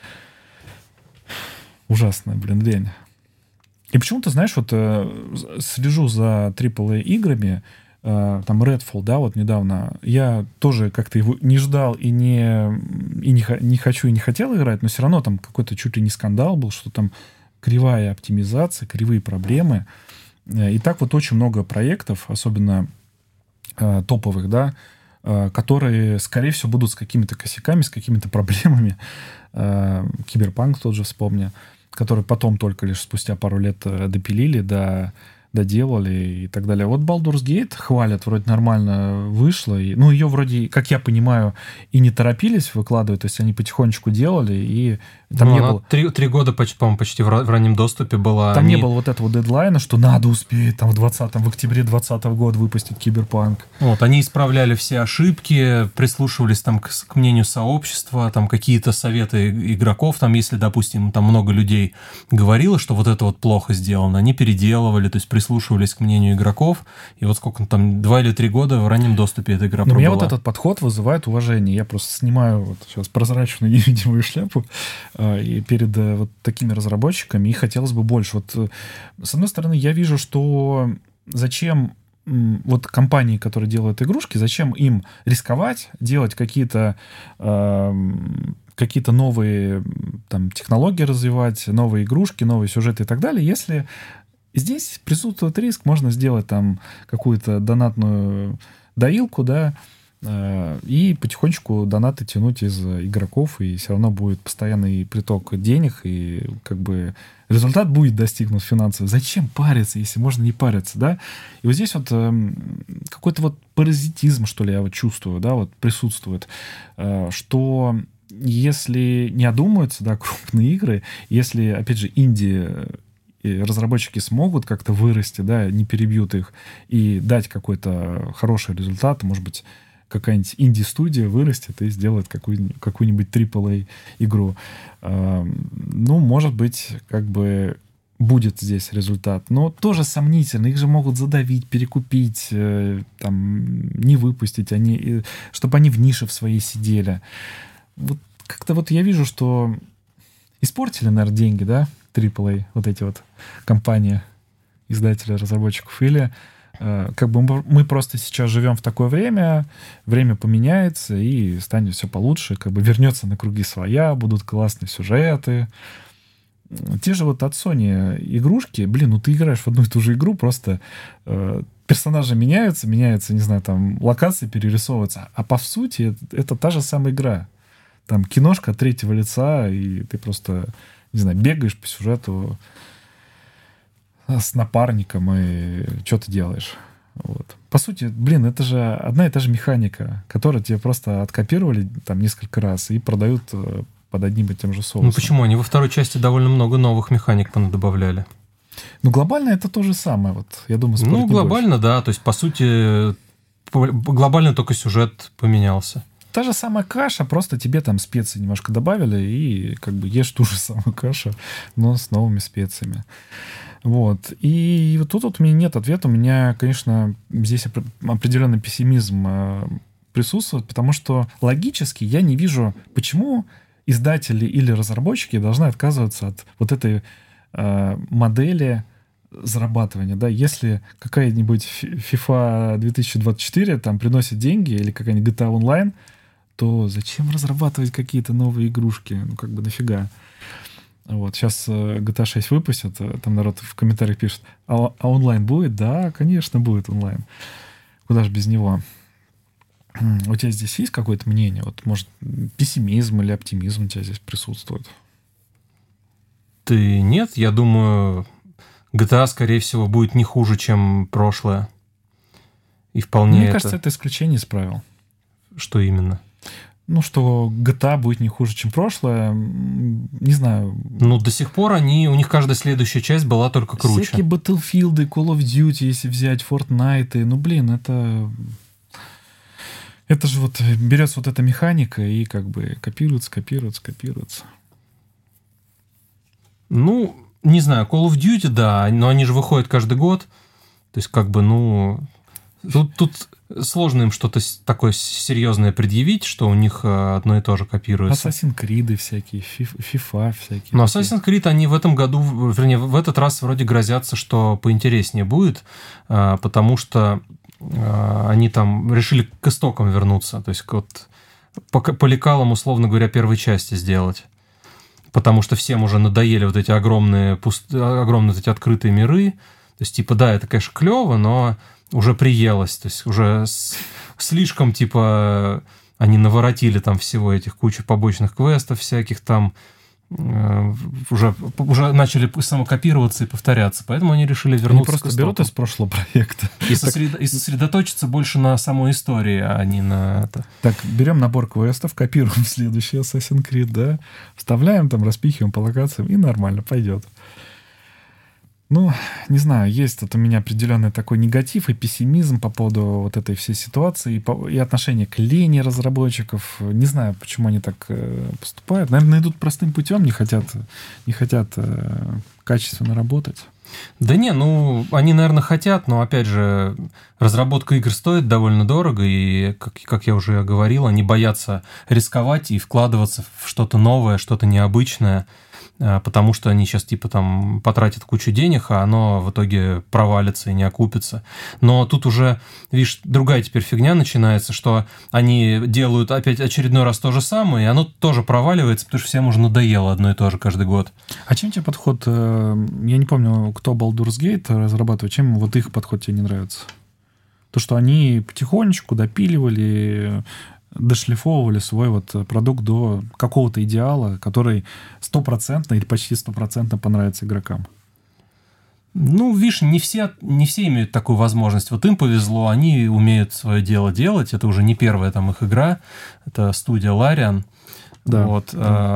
S1: Ужасная, блин, лень. И почему-то, знаешь, вот слежу за AAA играми, там Redfall, да, вот недавно, я тоже как-то его не ждал и не хочу и не хотел играть, но все равно там какой-то чуть ли не скандал был, что там кривая оптимизация, кривые проблемы. И так вот очень много проектов, особенно топовых, да, которые, скорее всего, будут с какими-то косяками, с какими-то проблемами. Киберпанк тот же вспомни, который потом только лишь спустя пару лет допилили, доделали и так далее. Вот Baldur's Gate хвалят, вроде нормально вышло. Ну, ее вроде, как я понимаю, и не торопились выкладывать, то есть они потихонечку делали, и там
S2: ну,
S1: не было...
S2: 3 года, по-моему, почти в раннем доступе была.
S1: Там не было вот этого дедлайна, что надо успеть там в октябре 2020 года выпустить Киберпанк.
S2: Вот, они исправляли все ошибки, прислушивались там к мнению сообщества, там какие-то советы игроков, там, если, допустим, там много людей говорило, что вот это вот плохо сделано, они переделывали, то есть прислушивались к мнению игроков, и вот сколько там, 2 или 3 года в раннем доступе эта игра пробыла.
S1: У меня вот этот подход вызывает уважение. Я просто снимаю вот сейчас прозрачную невидимую шляпу и перед вот такими разработчиками, и хотелось бы больше. Вот с одной стороны, я вижу, что зачем вот компании, которые делают игрушки, зачем им рисковать, делать какие-то новые там технологии развивать, новые игрушки, новые сюжеты и так далее, если здесь присутствует риск, можно сделать там какую-то донатную доилку, да, и потихонечку донаты тянуть из игроков, и все равно будет постоянный приток денег, и как бы результат будет достигнут финансовый. Зачем париться, если можно не париться, да? И вот здесь вот какой-то вот паразитизм, что ли, я вот чувствую, да, вот присутствует, что если не одумаются, да, крупные игры, если, опять же, инди и разработчики смогут как-то вырасти, да, не перебьют их и дать какой-то хороший результат, может быть, какая-нибудь инди-студия вырастет и сделает какую-нибудь AAA-игру. Ну, может быть, как бы будет здесь результат. Но тоже сомнительно. Их же могут задавить, перекупить, там, не выпустить, чтобы они в нише в своей сидели. Вот как-то вот я вижу, что испортили, наверное, деньги, да, AAA, вот эти вот компании, издатели, разработчиков, или как бы мы просто сейчас живем в такое время поменяется, и станет все получше, как бы вернется на круги своя, будут классные сюжеты. Те же вот от Sony игрушки, блин, ну ты играешь в одну и ту же игру, просто персонажи меняются, не знаю, там локации перерисовываются, а по сути это та же самая игра. Там киношка от третьего лица, и ты просто, не знаю, бегаешь по сюжету с напарником, и что ты делаешь? Вот. По сути, блин, это же одна и та же механика, которую тебе просто откопировали там несколько раз и продают под одним и тем же соусом.
S2: Ну почему? Они во второй части довольно много новых механик понадобавляли.
S1: Ну, глобально это то же самое. Вот, я думаю,
S2: ну, глобально, да. То есть, по сути, глобально только сюжет поменялся.
S1: Та же самая каша, просто тебе там специи немножко добавили, и как бы ешь ту же самую кашу, но с новыми специями. Вот. И вот тут вот у меня нет ответа. У меня, конечно, здесь определенный пессимизм присутствует, потому что логически я не вижу, почему издатели или разработчики должны отказываться от вот этой модели зарабатывания, да, если какая-нибудь FIFA 2024 там приносит деньги или какая-нибудь GTA Online, то зачем разрабатывать какие-то новые игрушки? Ну, как бы нафига? Вот, сейчас GTA 6 выпустят, там народ в комментариях пишет, а онлайн будет? Да, конечно, будет онлайн. Куда же без него? У тебя здесь есть какое-то мнение? Вот, может, пессимизм или оптимизм у тебя здесь присутствует?
S2: Ты нет, я думаю, GTA, скорее всего, будет не хуже, чем прошлое. И вполне
S1: Мне кажется, это исключение из правил.
S2: Что именно?
S1: Ну, что GTA будет не хуже, чем прошлое, не знаю.
S2: Ну, до сих пор у них каждая следующая часть была только круче.
S1: Всякие Battlefield, Call of Duty, если взять, Fortnite, ну, блин, это же вот берется вот эта механика и как бы копируется.
S2: Ну, не знаю, Call of Duty, да, но они же выходят каждый год. То есть, как бы, ну... Тут сложно им что-то такое серьезное предъявить, что у них одно и то же копируется.
S1: Assassin's Creed всякие, FIFA всякие.
S2: Но Assassin's Creed, они в этом году, вернее, в этот раз вроде грозятся, что поинтереснее будет, потому что они там решили к истокам вернуться. То есть, вот по лекалам, условно говоря, первой части сделать. Потому что всем уже надоели вот эти огромные вот эти открытые миры. То есть, типа, да, это, конечно, клево, но уже приелось. То есть, уже слишком, типа, они наворотили там всего этих кучу побочных квестов всяких там. Уже начали самокопироваться и повторяться. Поэтому они решили вернуться.
S1: Они просто берут из прошлого проекта.
S2: И сосредоточиться больше на самой истории, а не на это.
S1: Так, берем набор квестов, копируем следующий Assassin's Creed, да, вставляем там, распихиваем по локациям, и нормально пойдет. Ну, не знаю, есть тут у меня определенный такой негатив и пессимизм по поводу вот этой всей ситуации и отношение к лени разработчиков. Не знаю, почему они так поступают. Наверное, идут простым путем, не хотят качественно работать.
S2: Да не, ну, они, наверное, хотят, но, опять же, разработка игр стоит довольно дорого, и, как я уже говорил, они боятся рисковать и вкладываться в что-то новое, что-то необычное, потому что они сейчас, типа, там, потратят кучу денег, а оно в итоге провалится и не окупится. Но тут уже, видишь, другая теперь фигня начинается, что они делают опять очередной раз то же самое, и оно тоже проваливается, потому что всем уже надоело одно и то же каждый год.
S1: А чем тебе подход, я не помню, кто Baldur's Gate разрабатывает, чем вот их подход тебе не нравится? То, что они потихонечку допиливали, дошлифовывали свой вот продукт до какого-то идеала, который 100% или почти 100% понравится игрокам.
S2: Ну, видишь, не все имеют такую возможность. Вот им повезло, они умеют свое дело делать. Это уже не первая там их игра. Это студия Larian.
S1: Да.
S2: Вот.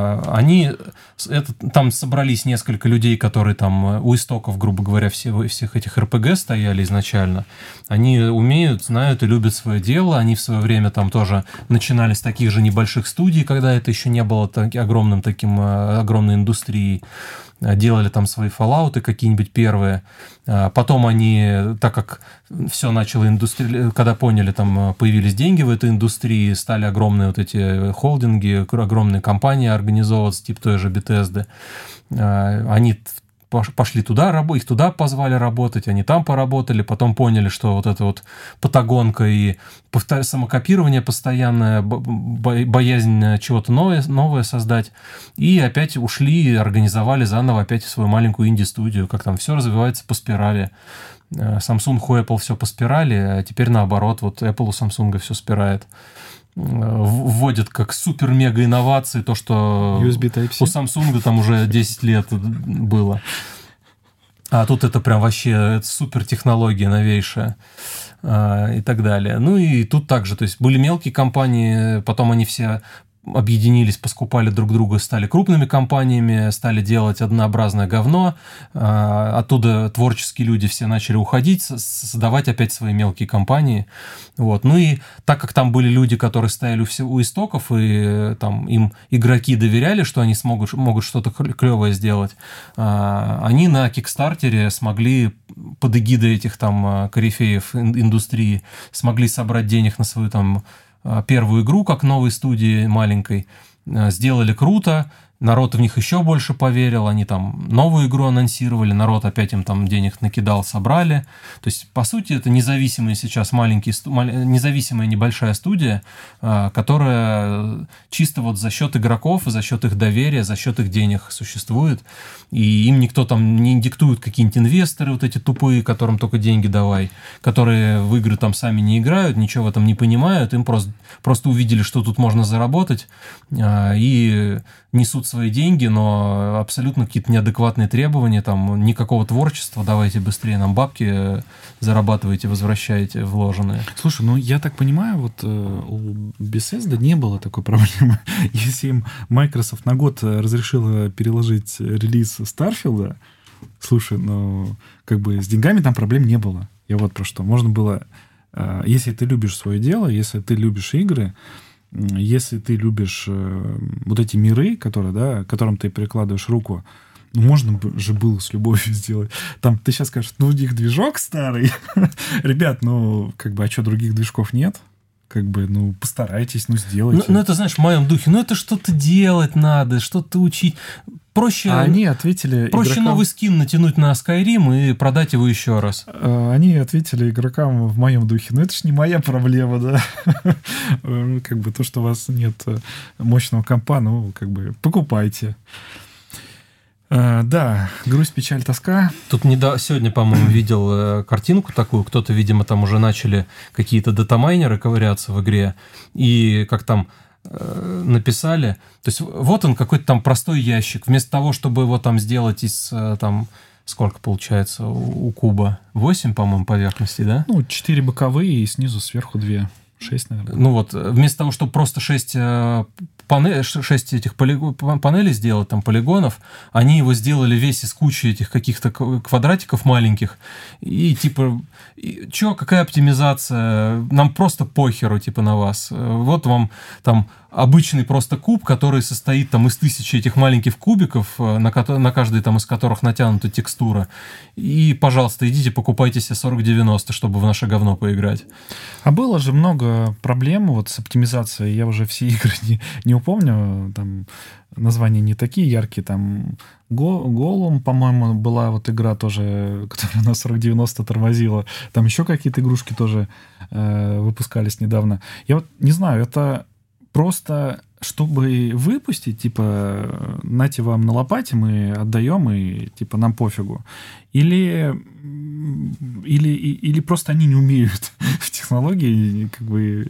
S2: Там собрались несколько людей, которые там у истоков, грубо говоря, всех этих РПГ стояли изначально. Они умеют, знают и любят свое дело. Они в свое время там тоже начинали с таких же небольших студий, когда это еще не было огромной индустрией. Делали там свои Fallout'ы какие-нибудь первые. Потом они, так как все начало когда поняли, там появились деньги в этой индустрии, стали огромные вот эти холдинги, огромные компании организовываться, типа той же Bethesda. Они пошли туда, их туда позвали работать, они там поработали, потом поняли, что вот эта вот патагонка и самокопирование постоянное, боязнь чего-то новое создать, и опять ушли и организовали заново опять свою маленькую инди-студию, как там все развивается по спирали. Samsung у Apple все по спирали, а теперь наоборот, вот Apple у Samsung все спирает. Вводят как супер-мега инновации то, что
S1: USB Type-C.
S2: у Samsung там уже 10 лет было. А тут это прям вообще супер технология новейшая и так далее. Ну и тут также, то есть были мелкие компании, потом они все объединились, поскупали друг друга, стали крупными компаниями, стали делать однообразное говно. Оттуда творческие люди все начали уходить, создавать опять свои мелкие компании. Вот. Ну и так как там были люди, которые стояли у истоков, и там им игроки доверяли, что они могут что-то клевое сделать, они на Кикстартере смогли под эгидой этих там корифеев индустрии смогли собрать денег на свою там первую игру, как новой студии маленькой, сделали круто, народ в них еще больше поверил, они там новую игру анонсировали, народ опять им там денег накидал, собрали. То есть, по сути, это независимая сейчас независимая небольшая студия, которая чисто вот за счет игроков, за счет их доверия, за счет их денег существует. И им никто там не диктует какие-нибудь инвесторы, вот эти тупые, которым только деньги давай, которые в игры там сами не играют, ничего в этом не понимают, им просто увидели, что тут можно заработать, и несут свои деньги, но абсолютно какие-то неадекватные требования, там никакого творчества, давайте быстрее нам бабки зарабатывайте, возвращайте вложенные.
S1: Слушай, ну я так понимаю, вот у Bethesda не было такой проблемы. Если им Microsoft на год разрешила переложить релиз Starfield, слушай, ну как бы с деньгами там проблем не было. Я вот про что. Можно было, если ты любишь свое дело, если ты любишь игры, если ты любишь вот эти миры, которым ты прикладываешь руку, ну, можно же было с любовью сделать. Там ты сейчас скажешь, ну, у них движок старый. Ребят, ну, как бы, а что, других движков нет? Как бы, ну, постарайтесь, ну, сделайте.
S2: Ну, это, знаешь, в моем духе, ну, это что-то делать надо, что-то учить. Проще,
S1: они ответили
S2: проще новый скин натянуть на Skyrim и продать его еще раз.
S1: Они ответили игрокам в моем духе. Ну, это ж не моя проблема, да. Как бы то, что у вас нет мощного компа, ну, как бы покупайте. Да, грусть, печаль, тоска.
S2: Тут сегодня, по-моему, видел картинку такую. Кто-то, видимо, там уже начали какие-то датамайнеры ковыряться в игре. И как там написали. То есть вот он какой-то там простой ящик. Вместо того, чтобы его там сделать из там сколько получается у куба? 8, по-моему, поверхностей, да?
S1: Ну, 4 боковые и снизу сверху 2. 6, наверное.
S2: Ну вот, вместо того, чтобы просто 6 этих панелей сделать, там, полигонов, они его сделали весь из кучи этих каких-то квадратиков маленьких. И типа, какая оптимизация? Нам просто похеру, типа, на вас. Вот вам там обычный просто куб, который состоит там из 1000 этих маленьких кубиков, на каждый там из которых натянута текстура. И, пожалуйста, идите покупайте себе 4090, чтобы в наше говно поиграть.
S1: А было же много проблем вот с оптимизацией. Я уже все игры не упомню. Там названия не такие яркие. Там Голум, по-моему, была вот игра тоже, которая на 4090 тормозила. Там еще какие-то игрушки тоже выпускались недавно. Я вот не знаю, это просто чтобы выпустить, типа, нате вам на лопате, мы отдаем, и, типа, нам пофигу. Или или просто они не умеют в технологии, как бы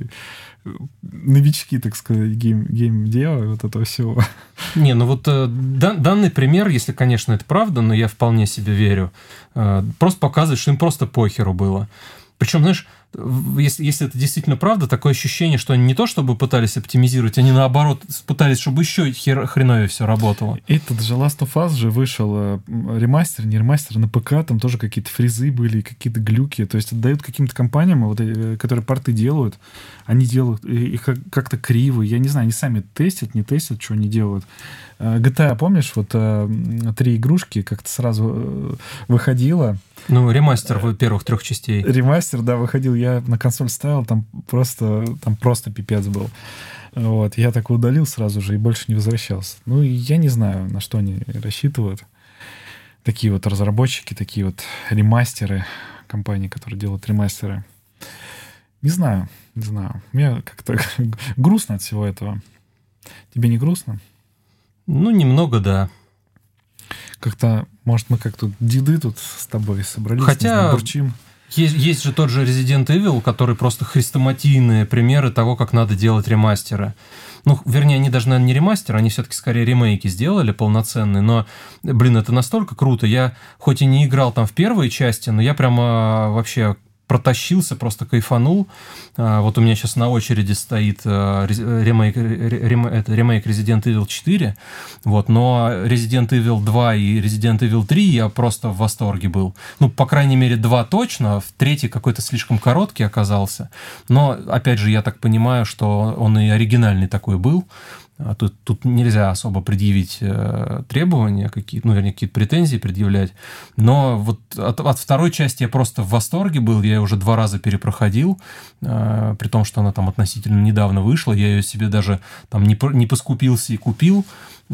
S1: новички, так сказать, гейм-дела, вот этого всего.
S2: Не, ну вот данный пример, если, конечно, это правда, но я вполне себе верю, просто показывает, что им просто похеру было. Причем, знаешь, если это действительно правда, такое ощущение, что они не то чтобы пытались оптимизировать, они наоборот пытались, чтобы еще хреновее все работало.
S1: Этот же Last of Us же вышел ремастер, не ремастер, на ПК, там тоже какие-то фризы были, какие-то глюки. То есть отдают каким-то компаниям, вот, которые порты делают, они делают их как-то криво. Я не знаю, они сами тестят, не тестят, что они делают. GTA, помнишь, вот 3 игрушки как-то сразу выходило.
S2: Ну, ремастер первых 3 частей.
S1: Ремастер, да, выходил. Я на консоль ставил, там просто пипец был. Вот, я так удалил сразу же и больше не возвращался. Ну, я не знаю, на что они рассчитывают. Такие вот разработчики, такие вот ремастеры, компании, которые делают ремастеры. Не знаю. Мне как-то грустно от всего этого. Тебе не грустно?
S2: Ну, немного, да.
S1: Как-то, может, мы как тут деды тут с тобой собрались,
S2: хотя
S1: бурчим.
S2: Есть же тот же Resident Evil, который просто хрестоматийные примеры того, как надо делать ремастеры. Ну, вернее, они даже, наверное, не ремастеры, они все-таки скорее ремейки сделали полноценные, но, блин, это настолько круто. Я хоть и не играл там в первые части, но я прямо вообще протащился, просто кайфанул. Вот у меня сейчас на очереди стоит ремейк Resident Evil 4, вот, но Resident Evil 2 и Resident Evil 3 я просто в восторге был. Ну, по крайней мере, 2 точно, в 3 какой-то слишком короткий оказался. Но, опять же, я так понимаю, что он и оригинальный такой был. Тут нельзя особо предъявить требования, какие-то, ну, вернее, какие-то претензии предъявлять. Но вот от второй части я просто в восторге был. Я ее уже 2 раза перепроходил, при том, что она там относительно недавно вышла. Я ее себе даже там не поскупился и купил.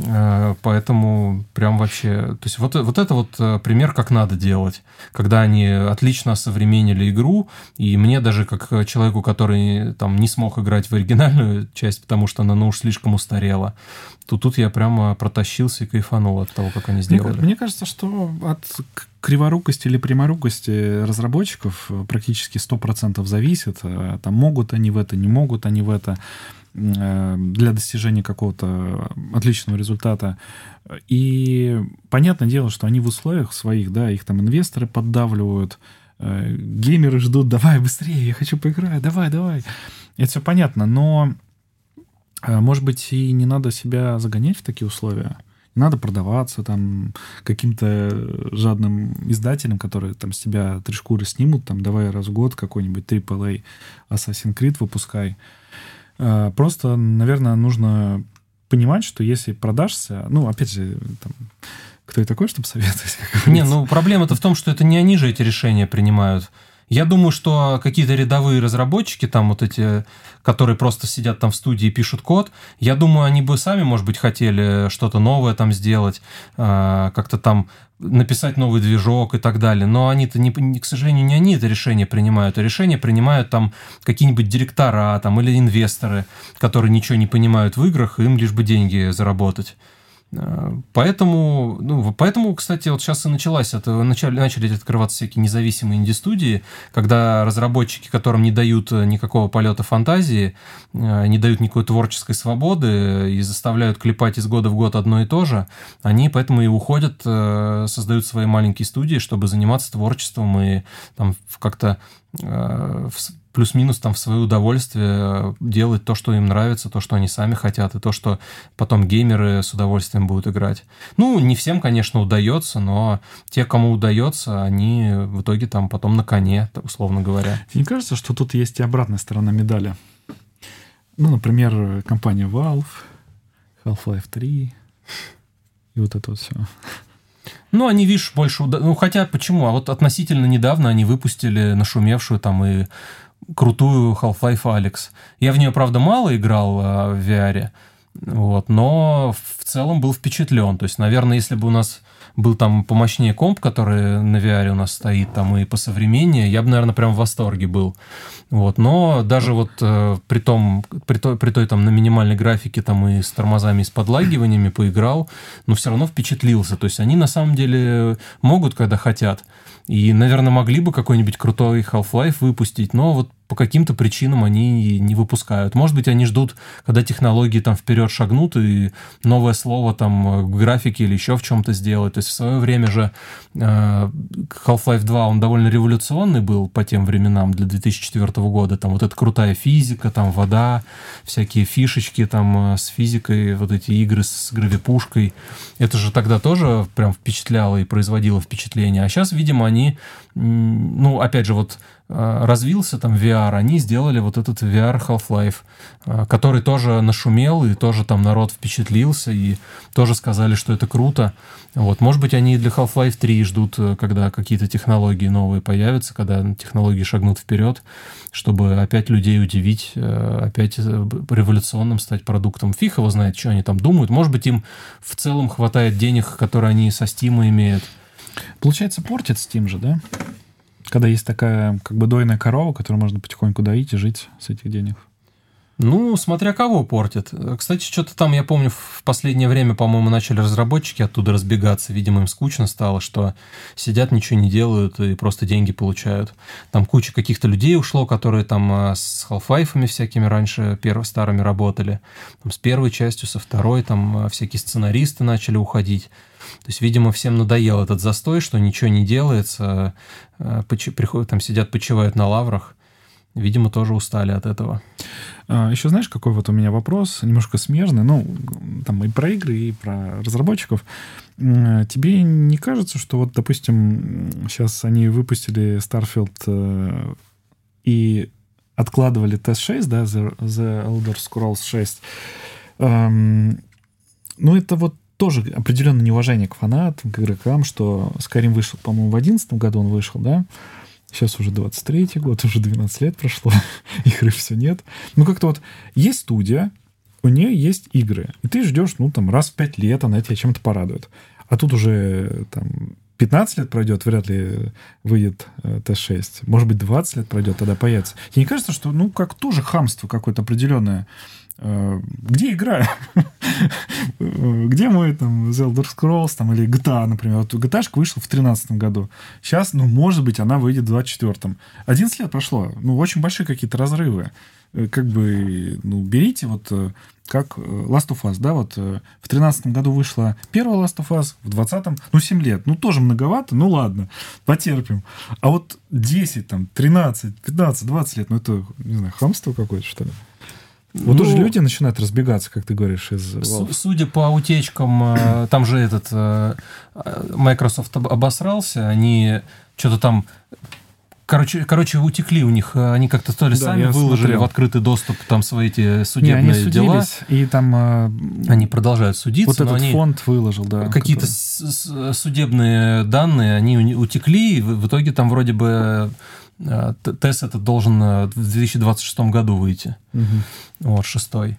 S2: Поэтому прям вообще... То есть вот это вот пример, как надо делать. Когда они отлично осовременили игру, и мне даже как человеку, который там не смог играть в оригинальную часть, потому что она, ну, уж слишком устарела, то тут я прямо протащился и кайфанул от того, как они сделали.
S1: Мне кажется, что от криворукости или пряморукости разработчиков практически 100% зависит. Там могут они в это, не могут они в это, для достижения какого-то отличного результата. И понятное дело, что они в условиях своих, да, их там инвесторы поддавливают, геймеры ждут: давай быстрее, я хочу поиграть, давай. Это все понятно, но, может быть, и не надо себя загонять в такие условия. Не надо продаваться там каким-то жадным издателям, которые там с тебя 3 шкуры снимут, там давай раз в год какой-нибудь AAA Assassin's Creed выпускай. Просто, наверное, нужно понимать, что если продашься... Ну, опять же, там, кто я такой, чтобы советовать?
S2: Не, ну, проблема-то в том, что это не они же эти решения принимают. Я думаю, что какие-то рядовые разработчики, там вот эти, которые просто сидят там в студии и пишут код, я думаю, они бы сами, может быть, хотели что-то новое там сделать, как-то там написать новый движок и так далее. Но они-то, к сожалению, не они это решение принимают, а решение принимают там какие-нибудь директора там, или инвесторы, которые ничего не понимают в играх, им лишь бы деньги заработать. Поэтому, кстати, вот сейчас и начали открываться всякие независимые инди-студии, когда разработчики, которым не дают никакого полета фантазии, не дают никакой творческой свободы и заставляют клепать из года в год одно и то же, они поэтому и уходят, создают свои маленькие студии, чтобы заниматься творчеством и там как-то плюс-минус там в свое удовольствие делать то, что им нравится, то, что они сами хотят, и то, что потом геймеры с удовольствием будут играть. Ну, не всем, конечно, удается, но те, кому удается, они в итоге там потом на коне, условно говоря.
S1: Мне кажется, что тут есть и обратная сторона медали. Ну, например, компания Valve, Half-Life 3 и вот это вот все.
S2: Ну, они, видишь, больше... Ну, хотя, почему? А вот относительно недавно они выпустили нашумевшую там и крутую Half-Life Alyx. Я в нее, правда, мало играл в VR, Вот, но в целом был впечатлен. То есть, наверное, если бы у нас был там помощнее комп, который на VR у нас стоит, там и посовременнее, я бы, наверное, прям в восторге был. Вот, но даже вот при той там на минимальной графике там и с тормозами, и с подлагиваниями поиграл, но все равно впечатлился. То есть они на самом деле могут, когда хотят. И, наверное, могли бы какой-нибудь крутой Half-Life выпустить, но вот по каким-то причинам они не выпускают. Может быть, они ждут, когда технологии там вперед шагнут и новое слово там в графике или еще в чем-то сделают. То есть в свое время же Half-Life 2, он довольно революционный был по тем временам для 2004 года. Там вот эта крутая физика, там вода, всякие фишечки там с физикой, вот эти игры с гравипушкой. Это же тогда тоже прям впечатляло и производило впечатление. А сейчас, видимо, они, ну, опять же, вот развился там VR, они сделали вот этот VR Half-Life, который тоже нашумел, и тоже там народ впечатлился, и тоже сказали, что это круто. Вот. Может быть, они и для Half-Life 3 ждут, когда какие-то технологии новые появятся, когда технологии шагнут вперед, чтобы опять людей удивить, опять революционным стать продуктом. Фиг его знает, что они там думают. Может быть, им в целом хватает денег, которые они со Steam имеют.
S1: Получается, портит Steam же, да? Когда есть такая как бы дойная корова, которую можно потихоньку доить и жить с этих денег.
S2: Ну, смотря кого портит. Кстати, что-то там, я помню, в последнее время, по-моему, начали разработчики оттуда разбегаться. Видимо, им скучно стало, что сидят, ничего не делают и просто деньги получают. Там куча каких-то людей ушло, которые там с Half-Life'ами всякими раньше старыми работали. Там, с первой частью, со второй, там всякие сценаристы начали уходить. То есть, видимо, всем надоел этот застой, что ничего не делается, приходят, там сидят, почивают на лаврах. Видимо, тоже устали от этого.
S1: Еще знаешь, какой вот у меня вопрос, немножко смежный, ну, там и про игры, и про разработчиков. Тебе не кажется, что вот, допустим, сейчас они выпустили Starfield и откладывали TS6, да, The Elder Scrolls 6, ну, это вот тоже определенное неуважение к фанатам, к игрокам, что Skyrim вышел, по-моему, в 2011 году он вышел, да? Сейчас уже 23-й год, уже 12 лет прошло, игры все нет. Ну, как-то вот есть студия, у нее есть игры, и ты ждешь, ну, там, раз в 5 лет она тебя чем-то порадует. А тут уже, там, 15 лет пройдет, вряд ли выйдет TS6. Может быть, 20 лет пройдет, тогда появится. Тебе не кажется, что, ну, как тоже хамство какое-то определенное? Где игра? Где мой там The Elder Scrolls там, или GTA, например? Вот GTA-шка вышла в 2013 году. Сейчас, ну, может быть, она выйдет в 2024. 11 лет прошло. Ну, очень большие какие-то разрывы. Как бы, ну, берите вот как Last of Us, да, вот в 2013 году вышла первая Last of Us, в 2020, ну, 7 лет. Ну, тоже многовато, ну, ладно, потерпим. А вот 10, там, 13, 15, 20 лет, ну, это, не знаю, хамство какое-то, что ли? Вот
S2: ну,
S1: уже люди начинают разбегаться, как ты говоришь, из Valve.
S2: Судя по утечкам, там же этот Microsoft обосрался, они что-то там... Короче, утекли у них, они как-то то ли сами выложили в открытый доступ там свои эти судебные дела.
S1: И там...
S2: Они продолжают судиться.
S1: Вот этот фонд выложил, да.
S2: Какие-то судебные данные, они утекли, и в итоге там вроде бы... Тест этот должен в 2026 году выйти. Вот, 6-й.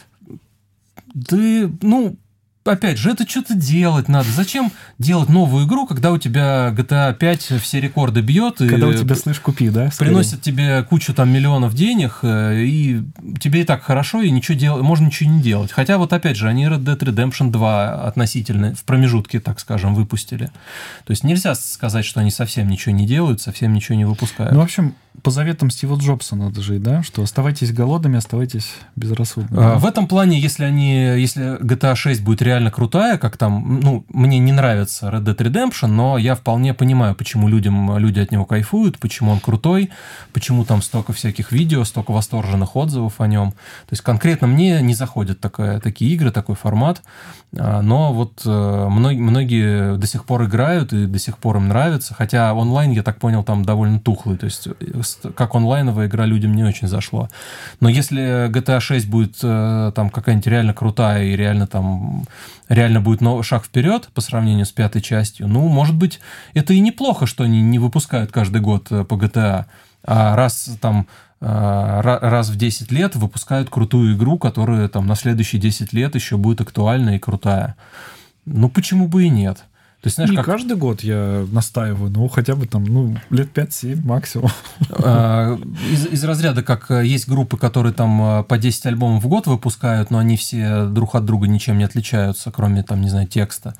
S2: Ты, ну, опять же, это что-то делать надо. Зачем делать новую игру, когда у тебя GTA 5 все рекорды бьет?
S1: Когда у тебя слышь, купи, да?
S2: Приносит тебе кучу там миллионов денег, и тебе и так хорошо, и ничего делать, можно ничего не делать. Хотя вот опять же, они Red Dead Redemption 2 относительно в промежутке, так скажем, выпустили. То есть нельзя сказать, что они совсем ничего не делают, совсем ничего не выпускают.
S1: Ну, в общем, по заветам Стива Джобса надо жить, да? Что оставайтесь голодными, оставайтесь безрассудными.
S2: В этом плане, если GTA 6 будет реально крутая, как там, ну, мне не нравится Red Dead Redemption, но я вполне понимаю, почему люди от него кайфуют, почему он крутой, почему там столько всяких видео, столько восторженных отзывов о нем. То есть конкретно мне не заходят такие игры, такой формат, но вот многие до сих пор играют и до сих пор им нравится, хотя онлайн, я так понял, там довольно тухлый, то есть как онлайновая игра людям не очень зашло. Но если GTA 6 будет там какая-нибудь реально крутая и реально будет шаг вперед по сравнению с 5-й частью, ну, может быть, это и неплохо, что они не выпускают каждый год по GTA, а раз там раз в 10 лет выпускают крутую игру, которая там на следующие 10 лет еще будет актуальна и крутая. Ну, почему бы и нет? То есть, знаешь,
S1: не каждый год я настаиваю, но хотя бы там, лет 5-7 максимум.
S2: Из разряда, как есть группы, которые там по 10 альбомов в год выпускают, но они все друг от друга ничем не отличаются, кроме, там, не знаю, текста.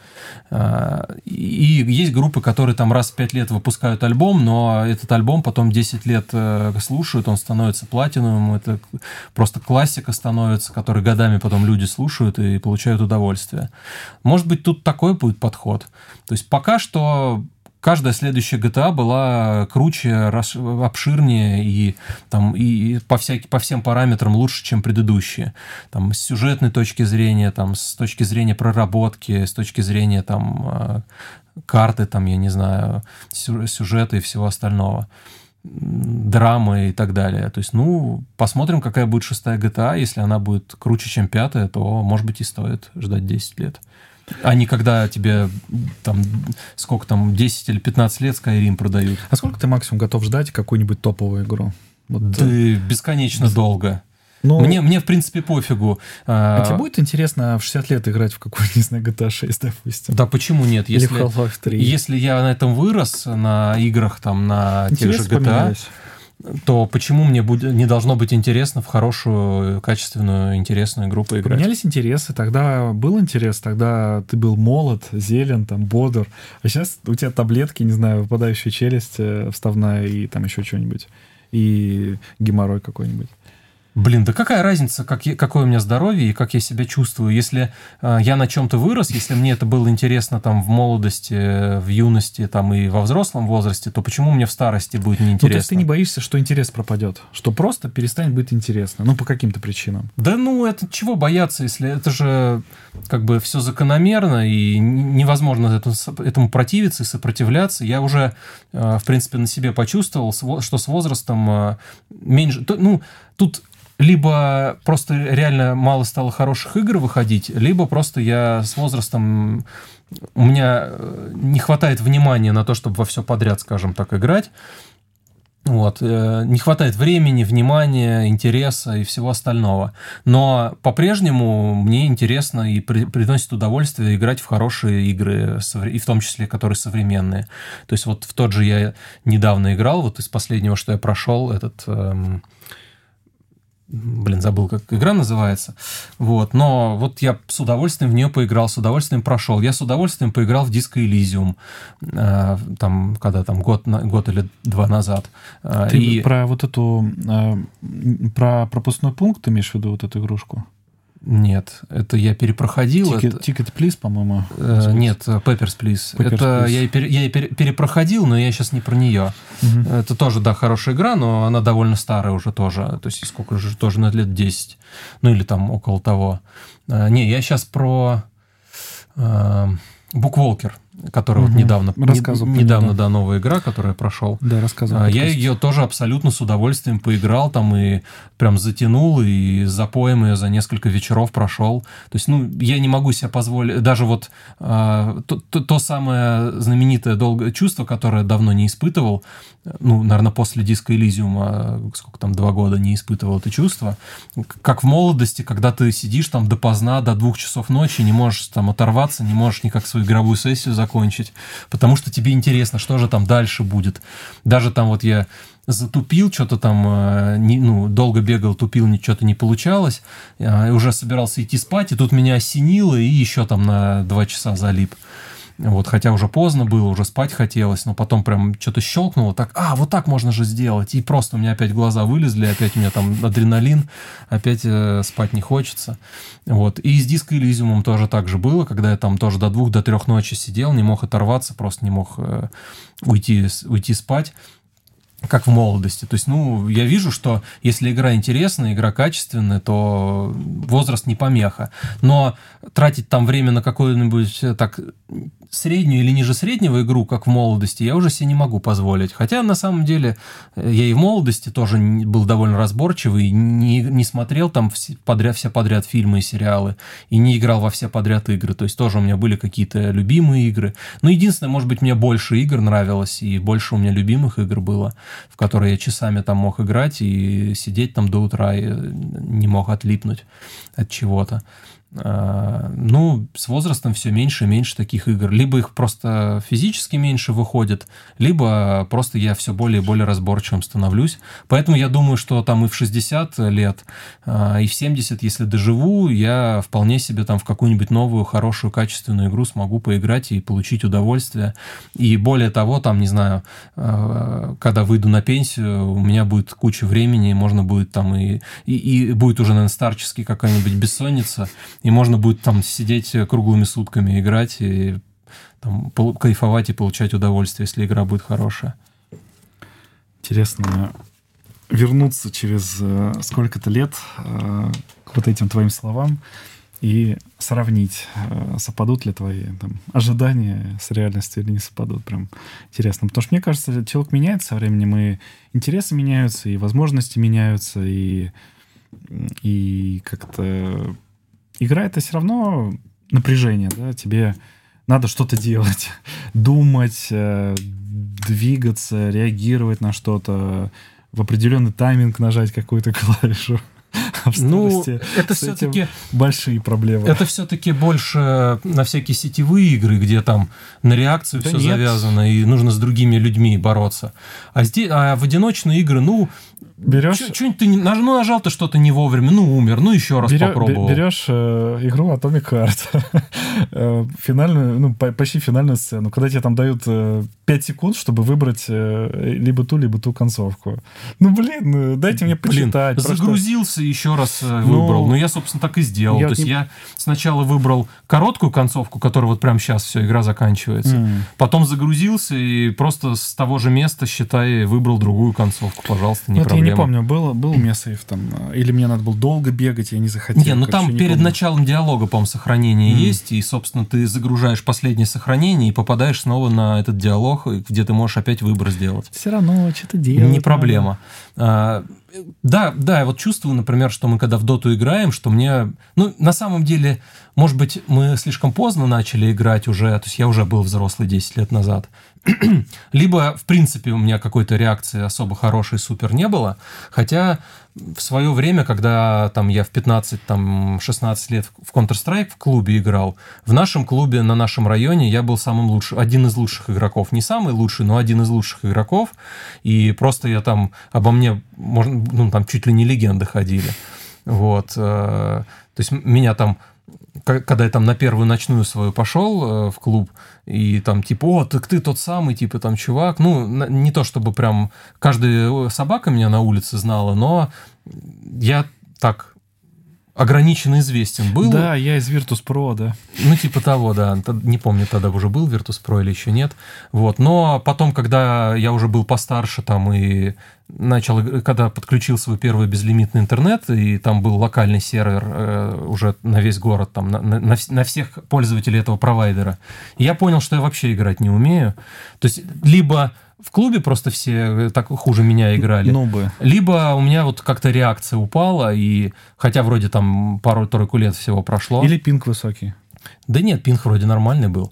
S2: И есть группы, которые там раз в 5 лет выпускают альбом, но этот альбом потом 10 лет слушают, он становится платиновым, это просто классика становится, который годами потом люди слушают и получают удовольствие. Может быть, тут такой будет подход. То есть пока что каждая следующая GTA была круче, обширнее и по всем параметрам лучше, чем предыдущие. Там, с сюжетной точки зрения, там, с точки зрения проработки, с точки зрения там, карты, там, я не знаю, сюжета и всего остального, драмы и так далее. То есть, посмотрим, какая будет 6-я GTA. Если она будет круче, чем 5-я, то, может быть, и стоит ждать 10 лет. А не когда тебе там, 10 или 15 лет Skyrim продают.
S1: А сколько ты максимум готов ждать какую-нибудь топовую игру?
S2: Да бесконечно долго. Мне, в принципе, пофигу.
S1: А тебе будет интересно в 60 лет играть в какую-нибудь, не знаю, GTA 6, допустим?
S2: Да почему нет?
S1: Или в Half-Life 3.
S2: Если я на этом вырос, на играх, там, на тех же GTA, то почему мне не должно быть интересно в хорошую, качественную, интересную игру поиграть?
S1: Поменялись интересы. Тогда был интерес, тогда ты был молод, зелен, там, бодр. А сейчас у тебя таблетки, не знаю, выпадающая челюсть вставная и там еще что-нибудь. И геморрой какой-нибудь.
S2: Блин, да какая разница, какое у меня здоровье и как я себя чувствую? Если я на чем-то вырос, если мне это было интересно там в молодости, в юности там, и во взрослом возрасте, то почему мне в старости будет неинтересно?
S1: То есть ты не боишься, что интерес пропадет? Что просто перестанет быть интересно? По каким-то причинам?
S2: Да это чего бояться, если это же как бы все закономерно, и невозможно этому противиться и сопротивляться. Я уже, в принципе, на себе почувствовал, что с возрастом меньше... Тут либо просто реально мало стало хороших игр выходить, либо просто я с возрастом... У меня не хватает внимания на то, чтобы во все подряд, скажем так, играть. Не хватает времени, внимания, интереса и всего остального. Но по-прежнему мне интересно и приносит удовольствие играть в хорошие игры, и в том числе, которые современные. То есть в тот же я недавно играл, из последнего, что я прошел, этот... забыл, как игра называется. Но я с удовольствием в нее поиграл, с удовольствием прошел. Я с удовольствием поиграл в Disco Elysium, год или два назад.
S1: Ты про про пропускной пункт имеешь в виду эту игрушку?
S2: Нет, это я перепроходил.
S1: Ticket Please, по-моему.
S2: Нет, Papers, Please. Это я перепроходил, но я сейчас не про нее. Угу. Это тоже, да, хорошая игра, но она довольно старая уже тоже. То есть сколько же, тоже на лет 10. Или там около того. Не, я сейчас про Bookwalker, которая недавно, да, новая игра, которую я прошел.
S1: Да, рассказывай.
S2: Я ее тоже абсолютно с удовольствием поиграл там и прям затянул, и запоем ее за несколько вечеров прошел. То есть, я не могу себе позволить... Даже то самое знаменитое долгое чувство, которое давно не испытывал, наверное, после Disco Elysium, сколько там, 2 года не испытывал это чувство, как в молодости, когда ты сидишь там допоздна, до 2 часов ночи, не можешь там оторваться, не можешь никак свою игровую сессию закончить, потому что тебе интересно, что же там дальше будет. Даже там я затупил, что-то там, долго бегал, тупил, что-то не получалось, и уже собирался идти спать, и тут меня осенило, и еще там на 2 часа залип. Хотя уже поздно было, уже спать хотелось, но потом прям что-то щелкнуло, так, вот так можно же сделать, и просто у меня опять глаза вылезли, опять у меня там адреналин, опять спать не хочется. И с Disco Elysium тоже так же было, когда я там тоже до 2, до 3 ночи сидел, не мог оторваться, просто не мог уйти спать, как в молодости. То есть, я вижу, что если игра интересная, игра качественная, то возраст не помеха. Но тратить там время на какую-нибудь так среднюю или ниже среднего игру, как в молодости, я уже себе не могу позволить. Хотя, на самом деле, я и в молодости тоже был довольно разборчивый, не смотрел там все подряд фильмы и сериалы, и не играл во все подряд игры. То есть тоже у меня были какие-то любимые игры. Но единственное, может быть, мне больше игр нравилось, и больше у меня любимых игр было, в которые я часами там мог играть и сидеть там до утра, и не мог отлипнуть от чего-то. Ну, с возрастом все меньше и меньше таких игр. Либо их просто физически меньше выходит, либо просто я все более и более разборчивым становлюсь. Поэтому я думаю, что там и в 60 лет, и в 70, если доживу, я вполне себе там в какую-нибудь новую, хорошую, качественную игру смогу поиграть и получить удовольствие. И более того, там, не знаю, когда выйду на пенсию, у меня будет куча времени, можно будет там и будет уже, наверное, старчески какая-нибудь бессонница, и можно будет там сидеть круглыми сутками, играть и там, кайфовать и получать удовольствие, если игра будет хорошая.
S1: Интересно вернуться через сколько-то лет к вот этим твоим словам и сравнить, совпадут ли твои там ожидания с реальностью или не совпадут. Прям интересно. Потому что, мне кажется, человек меняется со временем, и интересы меняются, и возможности меняются, и как-то... Игра — это все равно напряжение, да, тебе надо что-то делать, думать, двигаться, реагировать на что-то, в определенный тайминг нажать какую-то клавишу.
S2: Ну, это все-таки
S1: большие проблемы.
S2: Это все-таки больше на всякие сетевые игры, где там на реакцию все завязано, и нужно с другими людьми бороться. А в одиночные игры, ну,
S1: берешь...
S2: Что-нибудь ты нажал ты что-то не вовремя, ну, умер, ну, еще раз попробовал.
S1: Берешь игру Atomic Heart, финальную, ну, почти финальную сцену, когда тебе там дают 5 секунд, чтобы выбрать либо ту концовку. Ну, блин, дайте мне почитать.
S2: Загрузился, еще раз выбрал. Ну, я, собственно, так и сделал. То есть я сначала выбрал короткую концовку, которая вот прямо сейчас все, игра заканчивается. Потом загрузился и просто с того же места, считай, выбрал другую концовку. Пожалуйста, не проблема.
S1: Я не помню, был у меня сейв там, или мне надо было долго бегать, я не захотел.
S2: Не, ну там перед началом диалога, по-моему, сохранение есть, и, собственно, ты загружаешь последнее сохранение и попадаешь снова на этот диалог, где ты можешь опять выбор сделать.
S1: Все равно что-то делать.
S2: Не проблема. Да, я вот чувствую, например, что мы когда в доту играем, что мне... Ну, на самом деле, может быть, мы слишком поздно начали играть уже, то есть я уже был взрослый 10 лет назад. Либо, в принципе, у меня какой-то реакции особо хорошей, супер не было, хотя в свое время, когда там, я в 15-16 лет в Counter-Strike в клубе играл, в нашем клубе, на нашем районе я был самым лучшим, один из лучших игроков. Не самый лучший, но один из лучших игроков. И просто я там, обо мне, ну, там чуть ли не легенды ходили. Вот. То есть меня там... Когда я там на первую ночную свою пошел в клуб, и там типа, о, так ты тот самый, типа там чувак. Ну, не то чтобы прям каждая собака меня на улице знала, но я так ограниченно известен был.
S1: Да, я из Virtus.pro, да.
S2: Ну, типа того, да. Не помню, тогда уже был Virtus.pro или еще нет. Вот. Но потом, когда я уже был постарше там и начал, когда подключил свой первый безлимитный интернет, и там был локальный сервер уже на весь город, там, на всех пользователей этого провайдера, я понял, что я вообще играть не умею. То есть, либо в клубе просто все так хуже меня играли, либо у меня вот как-то реакция упала, и хотя вроде там пару-тройку лет всего прошло.
S1: Или пинг высокий.
S2: Да нет, пинг вроде нормальный был.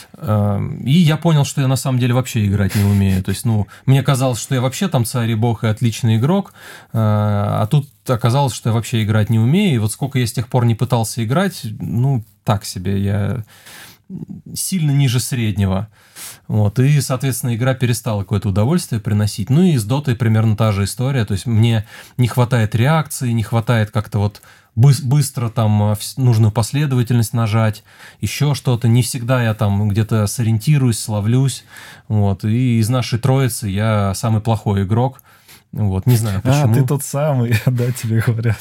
S2: И я понял, что я на самом деле вообще играть не умею. То есть, ну, мне казалось, что я вообще там царь и бог и отличный игрок, а тут оказалось, что я вообще играть не умею. И вот сколько я с тех пор не пытался играть, ну, так себе, я сильно ниже среднего. Вот, и, соответственно, игра перестала какое-то удовольствие приносить. Ну и с Дотой примерно та же история. То есть мне не хватает реакции, не хватает как-то вот быстро там нужную последовательность нажать, еще что-то. Не всегда я там где-то сориентируюсь, словлюсь. Вот, и из нашей троицы я самый плохой игрок. Вот, не знаю почему.
S1: Ты тот самый, да, тебе говорят.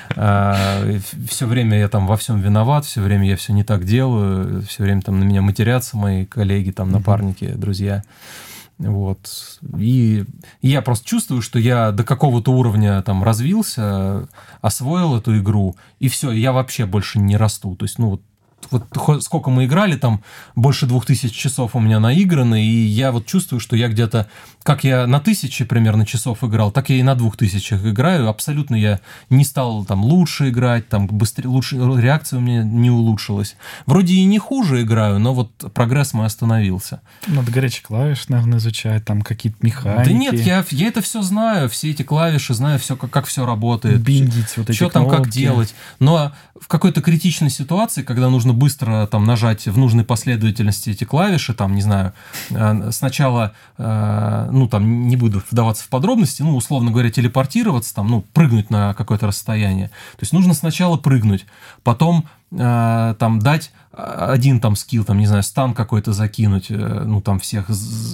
S2: Все время я там во всем виноват, все время я все не так делаю, все время там на меня матерятся мои коллеги, там, напарники, друзья. Вот. И я просто чувствую, что я до какого-то уровня там развился, освоил эту игру, и все, я вообще больше не расту. То есть, ну, вот сколько мы играли, там больше 2000 часов у меня наиграно, и я вот чувствую, что я где-то, как я на 1000 примерно часов играл, так я и на 2000 играю. Абсолютно я не стал там лучше играть, там быстрее, лучше, реакция у меня не улучшилась. Вроде и не хуже играю, но вот прогресс мой остановился.
S1: Надо горячие клавиши, наверное, изучать, там какие-то механики.
S2: Да нет, я это все знаю, все эти клавиши, знаю все, как все работает.
S1: Биндить вот эти
S2: что там, как делать. Но в какой-то критичной ситуации, когда нужно быстро там нажать в нужной последовательности эти клавиши, там, не знаю, сначала, ну, там, не буду вдаваться в подробности, ну, условно говоря, телепортироваться, там, ну, прыгнуть на какое-то расстояние. То есть нужно сначала прыгнуть, потом там дать один там скилл, там, не знаю, стан какой-то закинуть, ну, там, всех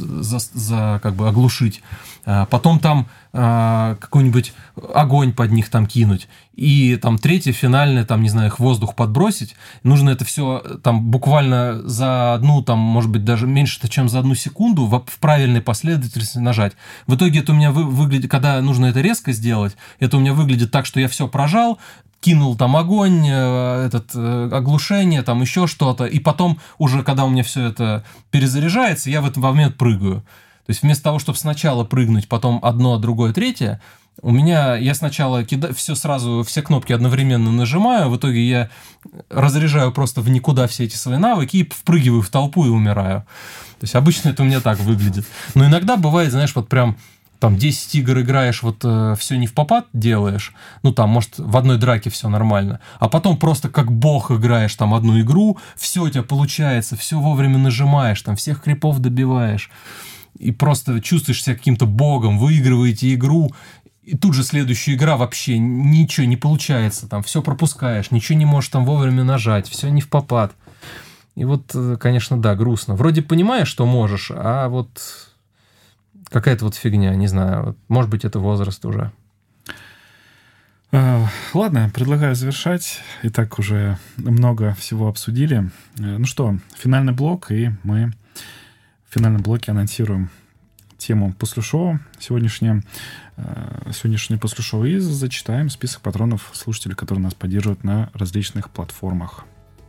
S2: как бы оглушить, потом там какой-нибудь огонь под них там кинуть, и там третье, финальное, там, не знаю, их в воздух подбросить. Нужно это все там буквально за одну, там, может быть, даже меньше, чем за 1 секунду в правильной последовательности нажать. В итоге это у меня выглядит, когда нужно это резко сделать, это у меня выглядит так, что я все прожал, кинул там огонь, оглушение, там еще что-то, и потом уже, когда у меня все это перезаряжается, я в этот момент прыгаю. То есть вместо того, чтобы сначала прыгнуть, потом одно, другое, третье, я сначала все кнопки одновременно нажимаю, в итоге я разряжаю просто в никуда все эти свои навыки и впрыгиваю в толпу и умираю. То есть обычно это у меня так выглядит. Но иногда бывает, знаешь, вот прям там 10 игр играешь, вот все не впопад делаешь, ну там, может, в одной драке все нормально, а потом просто как бог играешь там одну игру, все у тебя получается, все вовремя нажимаешь, там всех крипов добиваешь, и просто чувствуешь себя каким-то богом, выигрываете игру, и тут же следующая игра вообще ничего не получается, там все пропускаешь, ничего не можешь там вовремя нажать, все не впопад. И вот, конечно, да, грустно. Вроде понимаешь, что можешь, а вот какая-то вот фигня, не знаю. Может быть, это возраст уже.
S1: Ладно, предлагаю завершать. И так уже много всего обсудили. Ну что, финальный блок, и мы в финальном блоке анонсируем тему послешоу сегодняшнее послешоу, и зачитаем список патронов слушателей, которые нас поддерживают на различных платформах.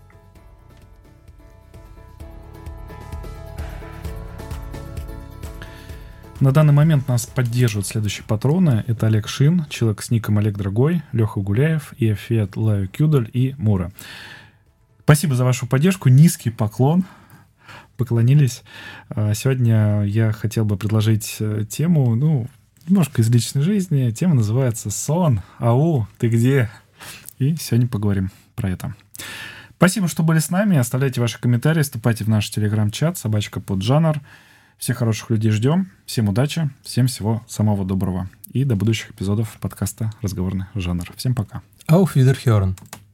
S1: На данный момент нас поддерживают следующие патроны. Это Олег Шин, человек с ником Олег Дорогой, Леха Гуляев, Иофет Лаю Кюдаль и Мура. Спасибо за вашу поддержку. Низкий поклон. Поклонились. Сегодня я хотел бы предложить тему, немножко из личной жизни. Тема называется «Сон». Ау, ты где? И сегодня поговорим про это. Спасибо, что были с нами. Оставляйте ваши комментарии, вступайте в наш телеграм-чат *podzжанр. Всех хороших людей ждем. Всем удачи, всем всего самого доброго. И до будущих эпизодов подкаста «Разговорный жанр». Всем пока.
S2: Auf Wiederhören.